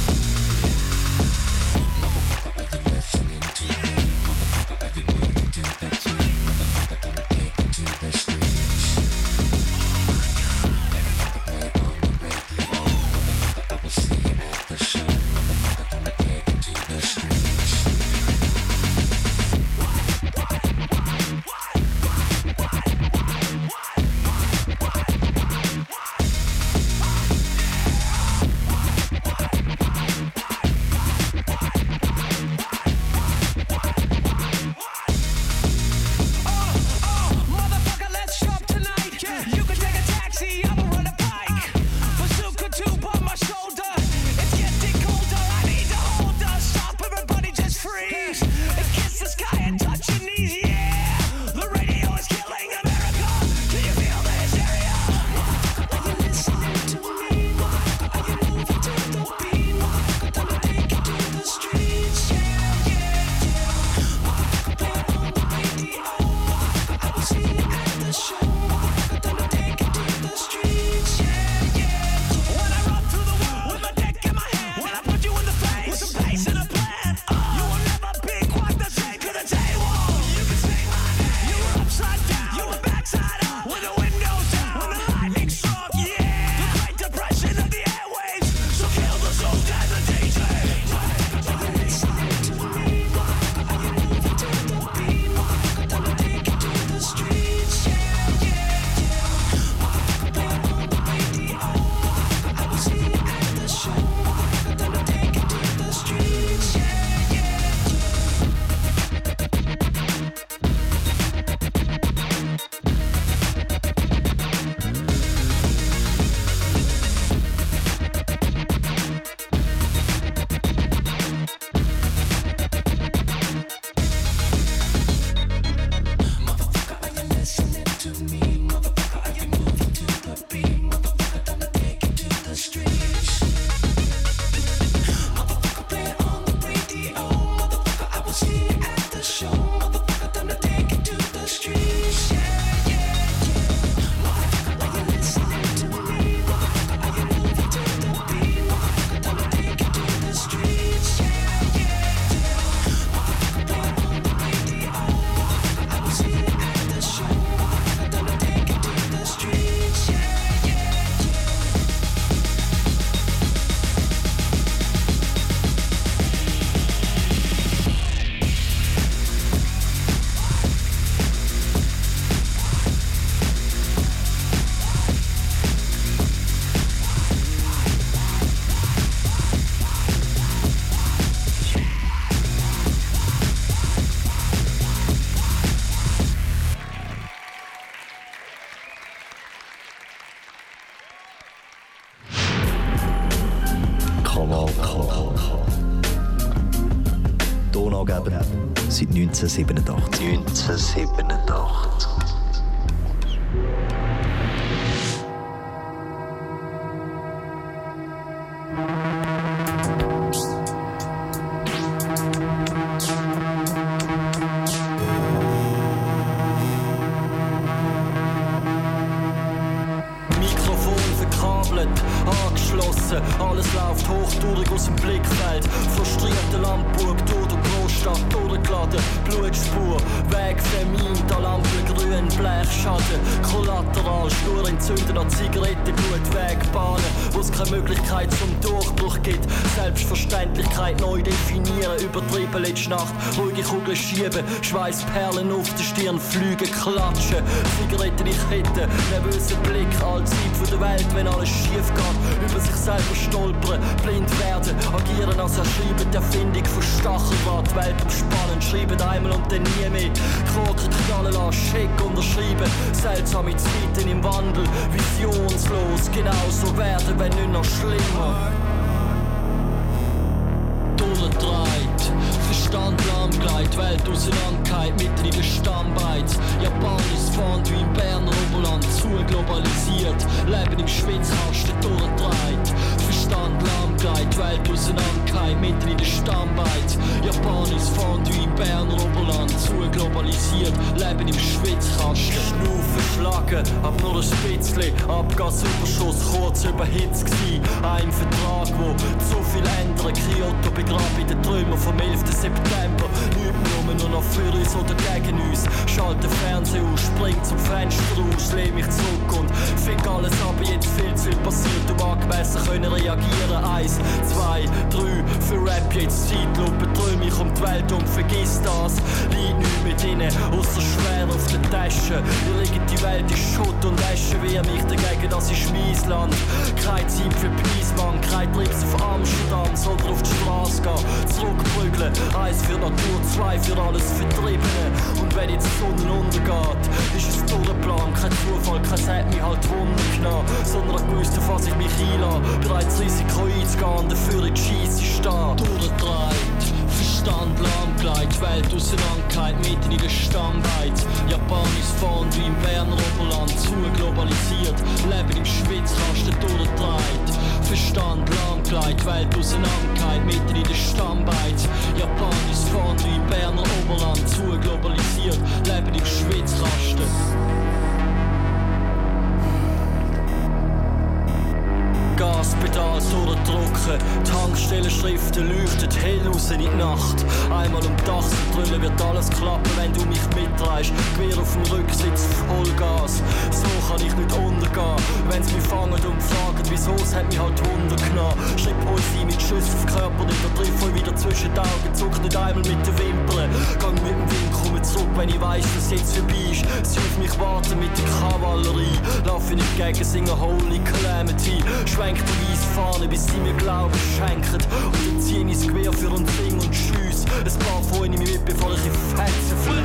Donaugeber seit neunzehnhundertsiebenundachtzig. neunzehnhundertsiebenundachtzig. Mikrofon verkabelt, angeschlossen geschlossen. Alles läuft hochdurch aus dem Blickfeld. Frustrierte Landburg, durch die Großstadt durchgeladen. Blutspur, Weg vermint, an Lampen grün, Blechschaden. Kollateral, Schnur entzünden an Zigarettenglut. Wegbahnen, wo es keine Möglichkeit zum Durchbruch gibt. Selbstverständlichkeit neu definieren, übertrieben letzte Nacht. Ruhige Kugeln schieben, Schweißperlen auf der Stirn, Flüge klatschen. Zigaretten ich hätte, nervöser Blick, allzeit von der Welt, wenn alles schief geht. Über sich selber stolpern, blind werden, agieren als erschreiben, die Erfindung von Stacheldraht. Die Welt umspannen, schreiben einmal und dann nie mehr. Kroken knallen lassen, Scheck unterschreiben. Seltsame Zeiten im Wandel, visionslos, genauso werden, wenn nicht noch schlimmer. Durchdreht, Verstand lahmgelegt, Welt auseinandergeht, mitten in den Stammbeiz. Japanisches Fondue im Berner Oberland, zu globalisiert, Leben im Schwitzkasten durchdreht. Verstand lahmgelegt, Welt auseinandergeht, mitten in den Stammbeiz. Japanisches Fondue im Berner Oberland, zu globalisiert, Leben im Schwitzkasten. Schnaufen schlagen, aber nur ein bisschen, Abgasüberschuss kurz überhitzt gsi. Ein Vertrag, wo zu viel ändern, Kyoto begraben in den Trümmern vom elften September. Nicht mehr nur noch für uns oder gegen uns. Schalte Fernseher aus, spring zum Fenster raus, lehn mich zurück und fick alles ab, jetzt viel zu viel passiert, um angemessen können reagieren. Eins, zwei, drei, für Rap jetzt Zeitlupe, träum ich um die Welt und vergiss das. Liegt nichts mit ihnen, ausser schwer auf den Taschen. Ihr liegt die Welt in Schutt und Asche, wehr mich dagegen, das ist mein Land. Keine Zeit für Peacemann, kein Trips auf Amsterdam, sondern auf die Straße gehen, zurückprügeln. Eins für Natur, zwei für alles Vertriebene. Und wenn jetzt die Sonne untergeht, ist es durchgeplant, kein Zufall, kein hat mich halt Wunder genommen, sondern ich gewusst, auf was ich mich einlasse. Bereits Risiko einzugehen, dafür in die Scheisse stehen. Durchdreht, Verstand lahmgelegt, Welt auseinandergeht, mitten in den Stammbeiz. Japanisches Fondue im Berner Oberland, zu globalisiert, Leben im Schwitzkasten durchdreht. Verstand lahmgelegt, Welt auseinandergeht, mitten in den Stammbeiz. Japanisches Fondue im Berner Oberland, zu globalisiert, Leben im Schwitzkasten. Gaspedal durchdrücken, Tankstellenschriften leuchten hell raus in die Nacht. Einmal um die Dachsenbrille wird alles klappen, wenn du mich mitdrehst. Gewehr auf dem Rücksitz, Vollgas. So kann ich nicht untergehen, wenn sie mich fangen und fragen, wieso, es hat mich halt Wunder genommen. Schreib Poesie mit Schüssen auf Körper, nicht der Treffer wieder zwischen die Augen, zuck nicht einmal mit den Wimpern. Gang mit dem Wind, komme zurück, wenn ich weiss, dass jetzt vorbei ist. Sie auf mich warten mit der Kavallerie. Lauf ich nicht gegen, singe Holy Calamity. Schwenk die weiße Fahne, bis sie mir Glauben schenken. Und dann zieh ich das Gewehr für einen Ding und schiess. Ein paar von ihnen mit, bevor ich in Fetzen fliege.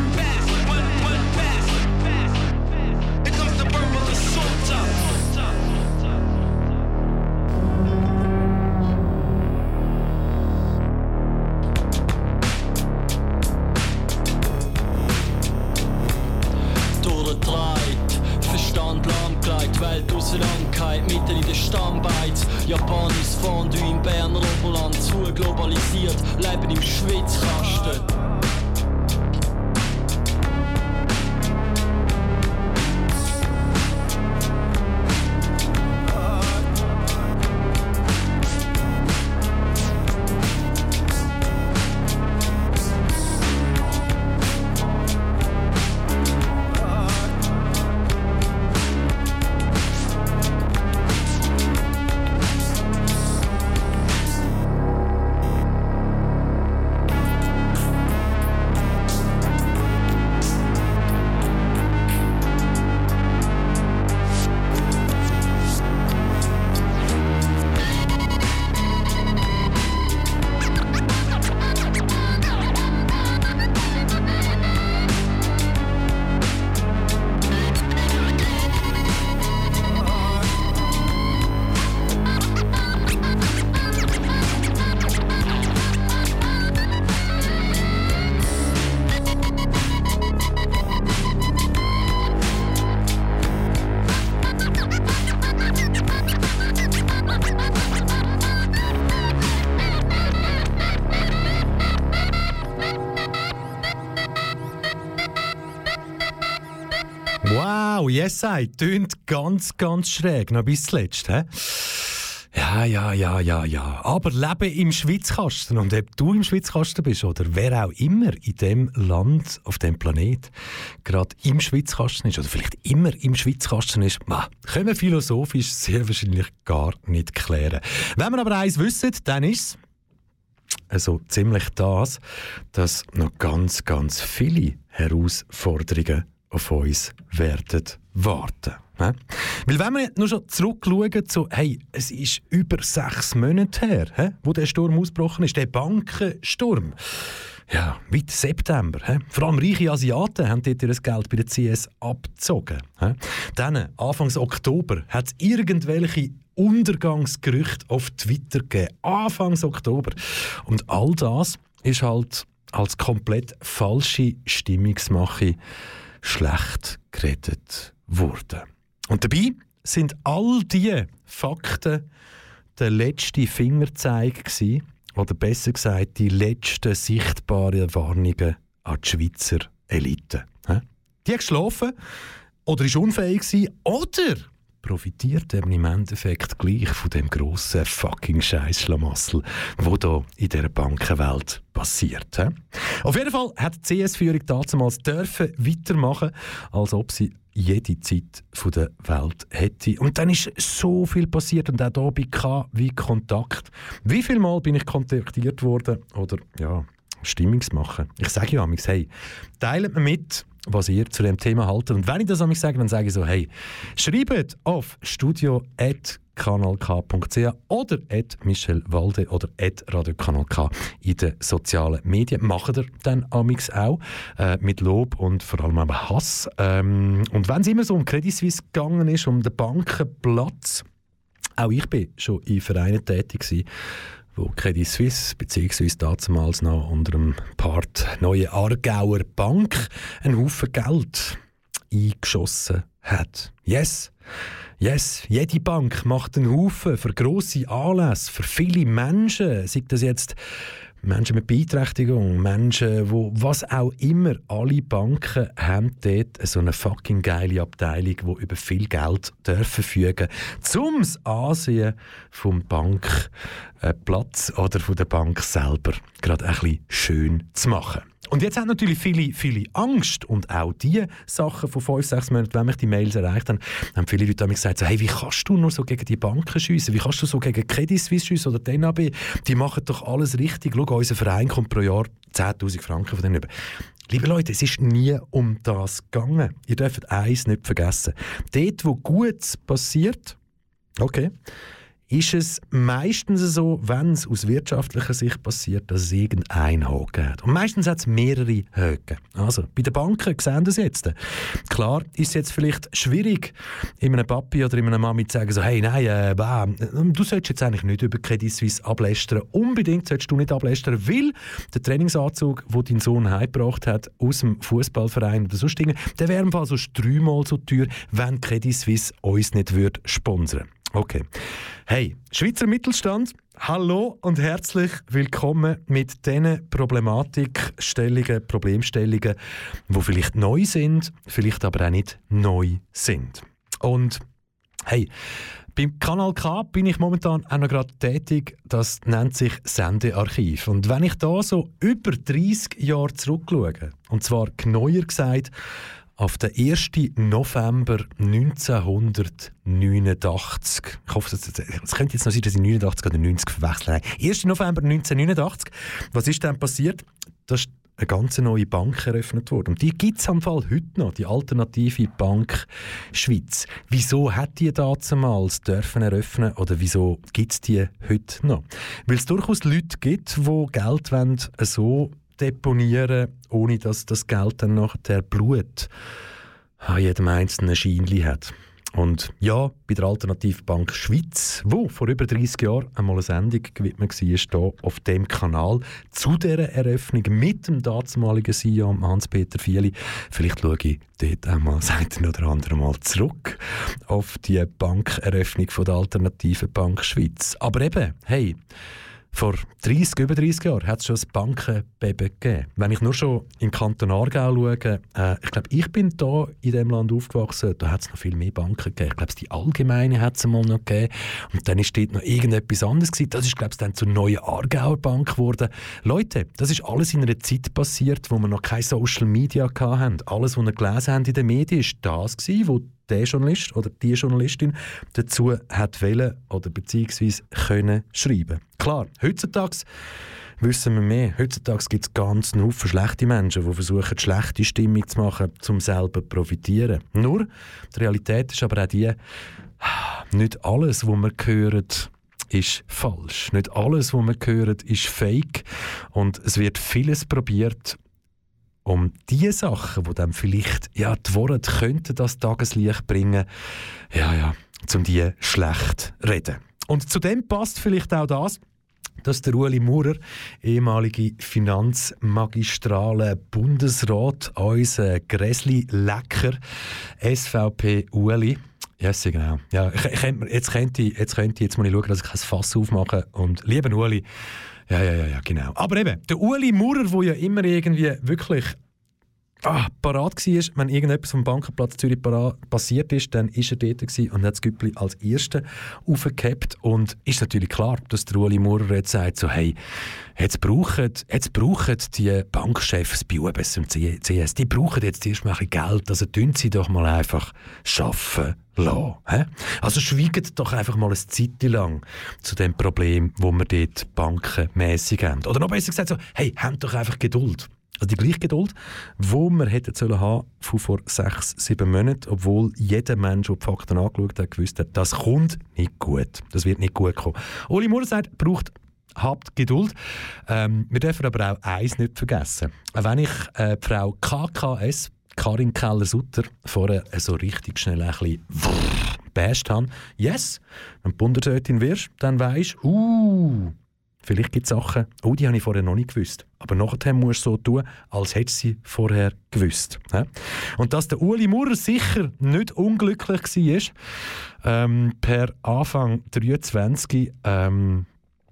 Welt auseinandergeht, mitten in den Stammbeiz. Japanisches Fondue im Berner Oberland, zu globalisiert, Leben im Schwitzkasten. Wow, yes, I tönt ganz, ganz schräg, noch bis zuletzt. He? Ja, ja, ja, ja, ja. Aber Leben im Schwitzkasten. Und ob du im Schwitzkasten bist oder wer auch immer in dem Land, auf dem Planet, gerade im Schwitzkasten ist oder vielleicht immer im Schwitzkasten ist, ma, können wir philosophisch sehr wahrscheinlich gar nicht klären. Wenn wir aber eins wissen, dann ist es also ziemlich das, dass noch ganz, ganz viele Herausforderungen auf uns werden warten. Ja? Weil wenn wir nur schon zurückschauen, so, hey, es ist über sechs Monate her, he, wo der Sturm ausgebrochen ist, der Bankensturm. Ja, weit September. He. Vor allem reiche Asiaten haben dort ihr Geld bei der C S abgezogen. He. Dann, Anfang Oktober, hat es irgendwelche Untergangsgerüchte auf Twitter gegeben. Anfang Oktober. Und all das ist halt als komplett falsche Stimmungsmache schlecht geredet worden. Und dabei sind all diese Fakten der letzte Fingerzeig gewesen, oder besser gesagt die letzten sichtbaren Warnungen an die Schweizer Elite. Die hat geschlafen oder ist unfähig gewesen, oder profitiert eben im Endeffekt gleich von dem grossen fucking Scheiß-Schlamassel, wo da in dieser Bankenwelt passiert. He? Auf jeden Fall hat die C S-Führung damals dürfen weitermachen, als ob sie jede Zeit der Welt hätte. Und dann ist so viel passiert und auch hier bei K wie Kontakt. Wie viel Mal bin ich kontaktiert worden oder ja, Stimmungsmachen? Ich sage ja amigs, hey, teilt mir mit, was ihr zu dem Thema haltet. Und wenn ich das amigs sage, dann sage ich so, hey, schreibt auf studio at kanal k punkt c h oder at Michel Walde oder at Radio Kanal K in den sozialen Medien. Macht ihr dann amigs auch äh, mit Lob und vor allem auch Hass. Ähm, und wenn es immer so um Credit Suisse gegangen ist, um den Bankenplatz, auch ich bin schon in Vereinen tätig gewesen, wo Credit Suisse bzw. damals noch unter dem Part Neue Aargauer Bank einen Haufen Geld eingeschossen hat. Yes, yes, jede Bank macht einen Haufen für grosse Anlässe, für viele Menschen, sei das jetzt Menschen mit Beeinträchtigung, Menschen, wo was auch immer, alle Banken haben dort so eine fucking geile Abteilung, die über viel Geld verfügen dürfen, um das Ansehen vom Bankplatz oder von der Bank selber gerade ein bisschen schön zu machen. Und jetzt haben natürlich viele, viele Angst und auch diese Sachen von fünf, sechs Monaten, wenn mich die Mails erreicht haben, haben viele Leute gesagt, so, hey, wie kannst du nur so gegen die Banken schiessen? Wie kannst du so gegen Credit Suisse schiessen oder den A B? Die machen doch alles richtig. Schau, unser Verein kommt pro Jahr zehntausend Franken von denen über. Liebe Leute, es ist nie um das gegangen. Ihr dürft eins nicht vergessen. Dort, wo Gutes passiert, okay, ist es meistens so, wenn es aus wirtschaftlicher Sicht passiert, dass es irgendeinen Haken hat. Und meistens hat es mehrere Haken. Also, bei den Banken sehen das jetzt. Klar ist es jetzt vielleicht schwierig, in einem Papi oder in einer Mami zu sagen, so, hey, nein, äh, bah, du solltest jetzt eigentlich nicht über Credit Suisse ablästern. Unbedingt solltest du nicht ablästern, weil der Trainingsanzug, den dein Sohn heimgebracht hat, aus dem Fußballverein oder sonst Dinge, der wäre im Fall so dreimal so teuer, wenn Credit Suisse uns nicht würde sponsern. Okay. Hey, Schweizer Mittelstand, hallo und herzlich willkommen mit diesen Problematikstellungen, Problemstellungen, die vielleicht neu sind, vielleicht aber auch nicht neu sind. Und hey, beim Kanal K bin ich momentan auch noch gerade tätig, das nennt sich Sendearchiv. Und wenn ich da so über dreissig Jahre zurückschaue, und zwar genauer gesagt, auf den ersten November neunzehnhundertneunundachtzig. Ich hoffe, es könnte jetzt noch sein, dass ich neunundachtzig oder neunzig verwechseln. ersten November neunzehnhundertneunundachtzig. Was ist denn passiert? Da ist eine ganz neue Bank eröffnet worden. Und die gibt es am Fall heute noch, die Alternative Bank Schweiz. Wieso hat die damals dürfen eröffnen oder wieso gibt es die heute noch? Weil es durchaus Leute gibt, die Geld wollen, so deponieren, ohne dass das Geld dann nachher Blut an jedem einzelnen Scheinli hat. Und ja, bei der Alternativbank Schweiz, wo vor über dreissig Jahren einmal eine Sendung gewidmet war, hier auf dem Kanal, zu dieser Eröffnung mit dem damaligen C E O Hans-Peter Fieli. Vielleicht schaue ich dort einmal das eine oder andere Mal zurück auf die Bankeröffnung von der Alternativen Bank Schweiz. Aber eben, hey, Vor dreißig, über dreißig Jahren hat es schon ein Bankenbeben gegeben. Wenn ich nur schon in den Kanton Aargau schaue, äh, ich glaube, ich bin da in diesem Land aufgewachsen, da hat es noch viel mehr Banken gegeben. Ich glaube, die Allgemeine hat es mal noch gegeben. Und dann ist dort noch irgendetwas anderes gewesen. Das ist, glaube ich, dann zur neuen Aargauer Bank geworden. Leute, das ist alles in einer Zeit passiert, wo wir noch keine Social Media hatten. Alles, was wir gelesen haben in den Medien, war das gewesen, wo der Journalist oder die Journalistin dazu hat wollen oder beziehungsweise können schreiben. Klar, heutzutage wissen wir mehr. Heutzutage gibt es ganz einen Haufen schlechte Menschen, die versuchen, schlechte Stimmung zu machen, um selber zu profitieren. Nur, die Realität ist aber auch die, nicht alles, was wir hören, ist falsch. Nicht alles, was wir hören, ist fake. Und es wird vieles probiert, um die Sachen, die dann vielleicht, ja, die Worte könnten das Tageslicht bringen, ja, ja, um die schlecht reden. Und zu dem passt vielleicht auch das, dass der Ueli Maurer, ehemalige Finanzmagistrale Bundesrat, unser Gräsli-Lecker, S V P-Ueli, ja, yes, genau. Ja, ich, ich, jetzt, könnte ich, jetzt könnte ich jetzt mal schauen, dass ich kein Fass aufmache. Und lieber Ueli, ja, ja, ja, ja, genau. Aber eben, der Ueli Maurer, der ja immer irgendwie wirklich ah, parat war, wenn irgendetwas vom Bankenplatz Zürich passiert ist, dann war er dort und hat das Güppli als Erster aufgehabt. Und ist natürlich klar, dass der Ueli Maurer jetzt sagt, so, hey, jetzt brauchen, jetzt brauchen die Bankchefs bei U B S und C S, die brauchen jetzt erst mal ein bisschen Geld, also tun sie doch mal einfach arbeiten lassen. He? Also schweigt doch einfach mal eine Zeit lang zu dem Problem, wo wir dort bankenmässig haben. Oder noch besser gesagt, so, hey, habt doch einfach Geduld. Also die gleiche Geduld, die wir hätten sollen haben von vor sechs, sieben Monaten, obwohl jeder Mensch, der die Fakten angeschaut hat, gewusst hat, das kommt nicht gut. Das wird nicht gut kommen. Ueli Maurer sagt, braucht habt Geduld. Ähm, wir dürfen aber auch eins nicht vergessen. Wenn ich äh, die Frau K K S, Karin Keller-Sutter, vorher so richtig schnell ein bisschen basht habe, yes, wenn du Bundesrätin wirst, dann weisst du, uh, vielleicht gibt es Sachen, oh, die habe ich vorher noch nicht gewusst. Aber nachher musst du so tun, als hättest du sie vorher gewusst. Und dass der Ueli Maurer sicher nicht unglücklich war, ähm, per Anfang dreiundzwanzig, ähm,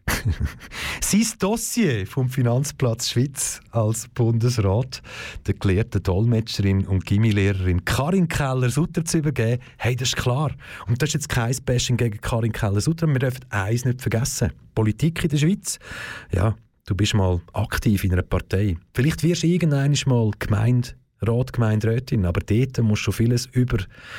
sein Dossier vom Finanzplatz Schweiz als Bundesrat der gelehrten Dolmetscherin und Gimmi-Lehrerin Karin Keller-Sutter zu übergeben, hey, das ist klar. Und das ist jetzt kein Bashing gegen Karin Keller-Sutter. Wir dürfen eins nicht vergessen. Politik in der Schweiz, ja, du bist mal aktiv in einer Partei. Vielleicht wirst du irgendwann mal Gemeinderat, Gemeinderätin, aber dort musst du schon vieles über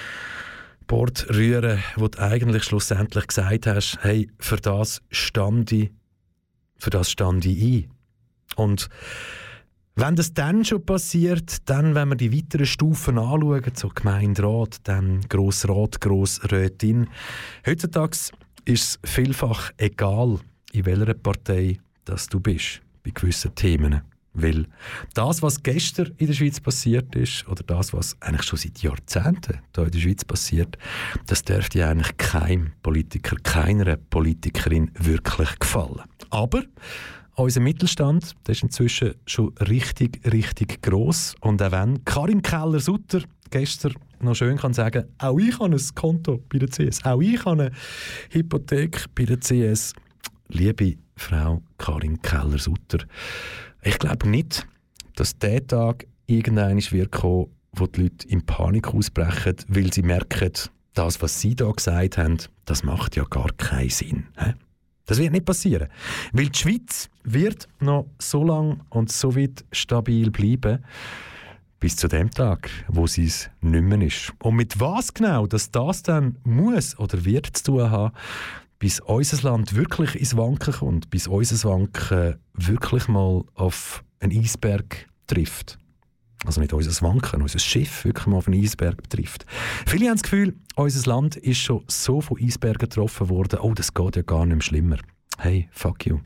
Bord rühren, wo du eigentlich schlussendlich gesagt hast, hey, für das stand ich, für das stand ich ein. Und wenn das dann schon passiert, dann, wenn wir die weiteren Stufen anschauen, so Gemeinderat, dann Grossrat, Grossrätin, heutzutage ist es vielfach egal, in welcher Partei dass du bist, bei gewissen Themen. Weil das, was gestern in der Schweiz passiert ist, oder das, was eigentlich schon seit Jahrzehnten hier in der Schweiz passiert, das dürfte eigentlich keinem Politiker, keiner Politikerin wirklich gefallen. Aber unser Mittelstand, der ist inzwischen schon richtig, richtig gross. Und auch wenn Karin Keller-Sutter gestern noch schön kann sagen, auch ich habe ein Konto bei der C S, auch ich habe eine Hypothek bei der C S. Liebe Frau Karin Keller-Sutter, ich glaube nicht, dass der Tag irgendwann wird kommen, wo die Leute in Panik ausbrechen, weil sie merken, das, was sie da gesagt haben, das macht ja gar keinen Sinn. He? Das wird nicht passieren. Weil die Schweiz wird noch so lange und so weit stabil bleiben, bis zu dem Tag, wo sie es nicht mehr ist. Und mit was genau, dass das dann muss oder wird zu tun haben, bis unser Land wirklich ins Wanken kommt, bis unser Wanken wirklich mal auf einen Eisberg trifft. Also nicht unser Wanken, unser Schiff wirklich mal auf einen Eisberg trifft. Viele haben das Gefühl, unser Land ist schon so von Eisbergen getroffen worden, oh, das geht ja gar nicht mehr schlimmer. Hey, fuck you.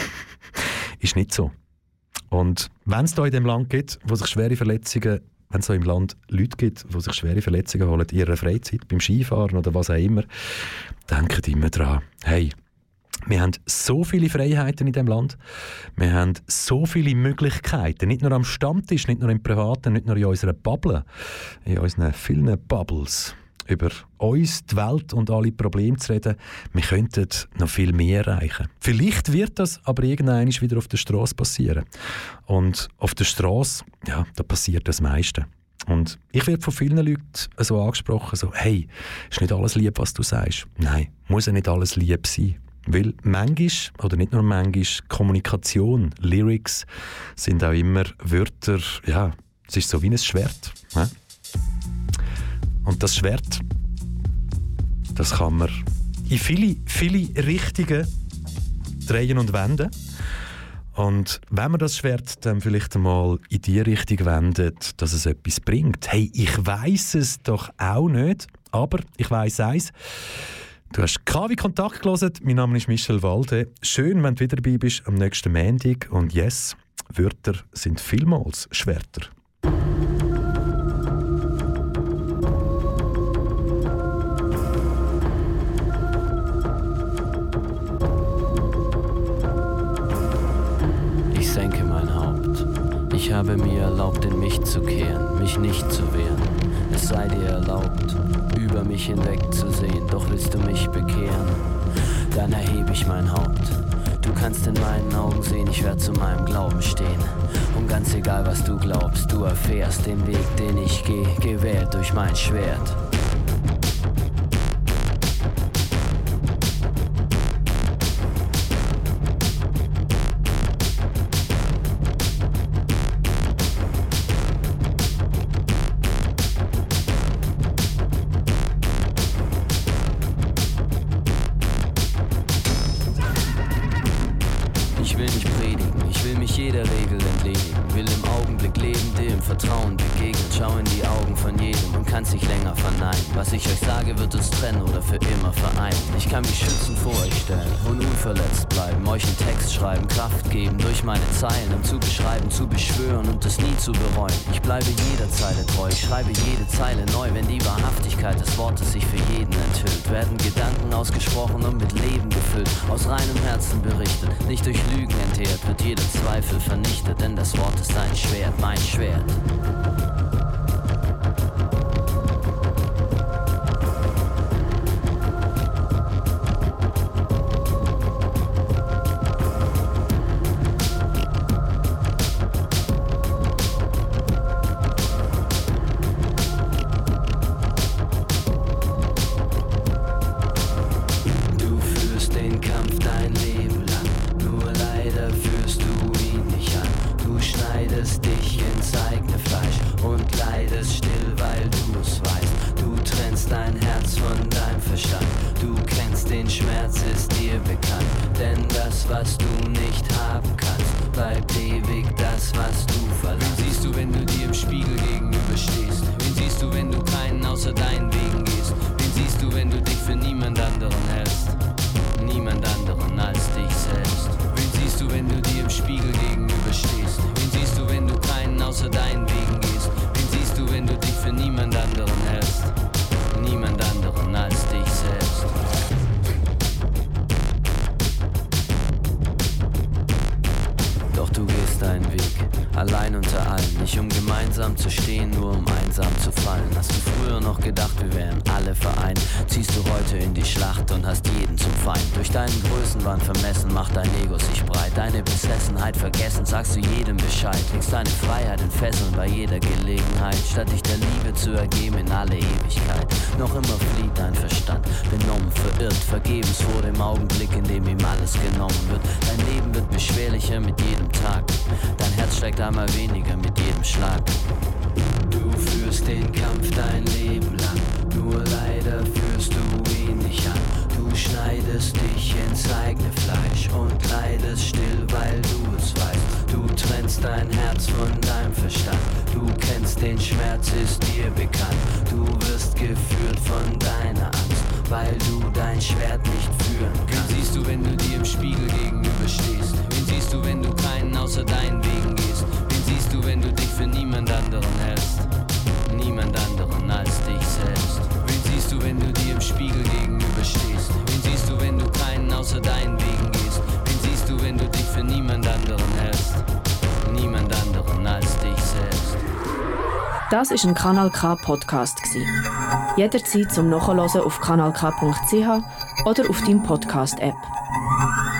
Ist nicht so. Und wenn es da in dem Land gibt, wo sich schwere Verletzungen, wenn es da im Land Leute gibt, die sich schwere Verletzungen holen in ihrer Freizeit, beim Skifahren oder was auch immer, denkt immer dran, hey, wir haben so viele Freiheiten in diesem Land, wir haben so viele Möglichkeiten, nicht nur am Stammtisch, nicht nur im Privaten, nicht nur in unserer Bubble, in unseren vielen Bubbles, über uns, die Welt und alle Probleme zu reden. Wir könnten noch viel mehr erreichen. Vielleicht wird das aber irgendwann wieder auf der Straße passieren. Und auf der Straße, ja, da passiert das meiste. Und ich werde von vielen Leuten so angesprochen, so, hey, ist nicht alles lieb, was du sagst? Nein, muss ja nicht alles lieb sein. Weil manchmal, oder nicht nur manchmal, Kommunikation, Lyrics sind auch immer Wörter, ja, es ist so wie ein Schwert. Ja? Und das Schwert, das kann man in viele, viele Richtungen drehen und wenden. Und wenn man das Schwert dann vielleicht einmal in die Richtung wendet, dass es etwas bringt. Hey, ich weiss es doch auch nicht, aber ich weiss eins. Du hast K wie Kontakt gehört. Mein Name ist Michel Walde. Schön, wenn du wieder dabei bist am nächsten Montag. Und yes, Wörter sind vielmals Schwerter. Ich senke mein Haupt. Ich habe mir erlaubt, in mich zu kehren, mich nicht zu wehren. Es sei dir erlaubt, über mich hinweg zu sehen, doch willst du mich bekehren, dann erhebe ich mein Haupt. Du kannst in meinen Augen sehen, ich werde zu meinem Glauben stehen. Und ganz egal, was du glaubst, du erfährst den Weg, den ich gehe, gewählt durch mein Schwert. Ich will nicht predigen, ich will mich jeder Regel entledigen. Will im Augenblick leben, dir im Vertrauen begegnen. Schau in die Augen von jedem und kann's nicht länger verneinen. Was ich euch sage, wird uns trennen oder für immer vereinen. Ich kann mich schützen, vor euch stellen und unverletzt bleiben. Euch einen Text schreiben, Kraft geben, durch meine Zeilen, um zu beschreiben, zu beschwören und es nie zu bereuen. Ich bleibe jeder Zeile treu, ich schreibe jede Zeile neu. Wenn die Wahrhaftigkeit des Wortes sich für jeden enthüllt, werden Gedanken ausgesprochen und mit Leben gefüllt. Aus reinem Herzen berichtet, nicht durch Lügen entehrt, wird jeder Zweifel vernichtet, denn das Wort ist ein Schwert, mein Schwert. Du führst den Kampf dein Leben lang, nur leider führst du ihn nicht an. Du schneidest dich ins eigene Fleisch und leidest still, weil du es weißt. Du trennst dein Herz von deinem Verstand. Du kennst den Schmerz, ist dir bekannt. Denn das, was du nicht haben kannst, bleibt ewig das, was du verlangst. Wen siehst du, wenn du dir im Spiegel gegenüberstehst? Wen siehst du, wenn du keinen außer deinen Wegen gehst? Wen siehst du, wenn du dich für niemand anderen hältst? Niemand anderen als dich selbst. Wen siehst du, wenn du dir im Spiegel gegenüberstehst? Wen siehst du, wenn du keinen außer deinen Wegen gehst? Wen siehst du, wenn du dich für niemand anderen hältst? Niemand anderen als dich selbst. Doch du gehst deinen Weg, allein unter allen. Nicht um gemeinsam zu stehen, nur um einsam zu fallen. Hast du früher noch gedacht, wir wären alle vereint? Ziehst du heute in die Schlacht und hast jeden zum Feind. Durch deinen Größenwahn vermessen, macht dein Ego sich breit. Deine Besessenheit vergessen, sagst du jedem Bescheid. Legst deine Freiheit in Fesseln bei jeder Gelegenheit, statt dich der Liebe zu ergeben in alle Ewigkeit. Noch immer flieht dein Verstand, benommen, verirrt, vergebens vor dem Augenblick, in dem ihm alles genommen wird. Dein Leben wird beschwerlicher mit jedem Tag. Dein Herz steigt einmal weniger mit jedem Schlag. Du führst den Kampf dein Leben lang, nur leider führst du ihn nicht an. Du schneidest dich ins eigene Fleisch und leidest still, weil du es weißt. Du trennst dein Herz von deinem Verstand. Du kennst den Schmerz, ist dir bekannt. Du wirst geführt von deiner Angst, weil du dein Schwert nicht führen kannst. Wen siehst du, wenn du dir im Spiegel gegenüberstehst? Wen siehst du, wenn du keinen außer deinen Wegen gehst? Wen siehst du, wenn du dich für niemand anderen hältst? Niemand anderen als dich selbst. Wen siehst du, wenn du dir im Spiegel gegenüberstehst? Wen siehst du, wenn du keinen außer deinen Wegen gehst? Wen siehst du, wenn du dich für niemand anderen hältst? Niemand anderen als dich selbst. Das ist ein Kanal K Podcast gsi. Jederzeit zum Nachhören auf kanal k punkt c h oder auf deinem Podcast-App.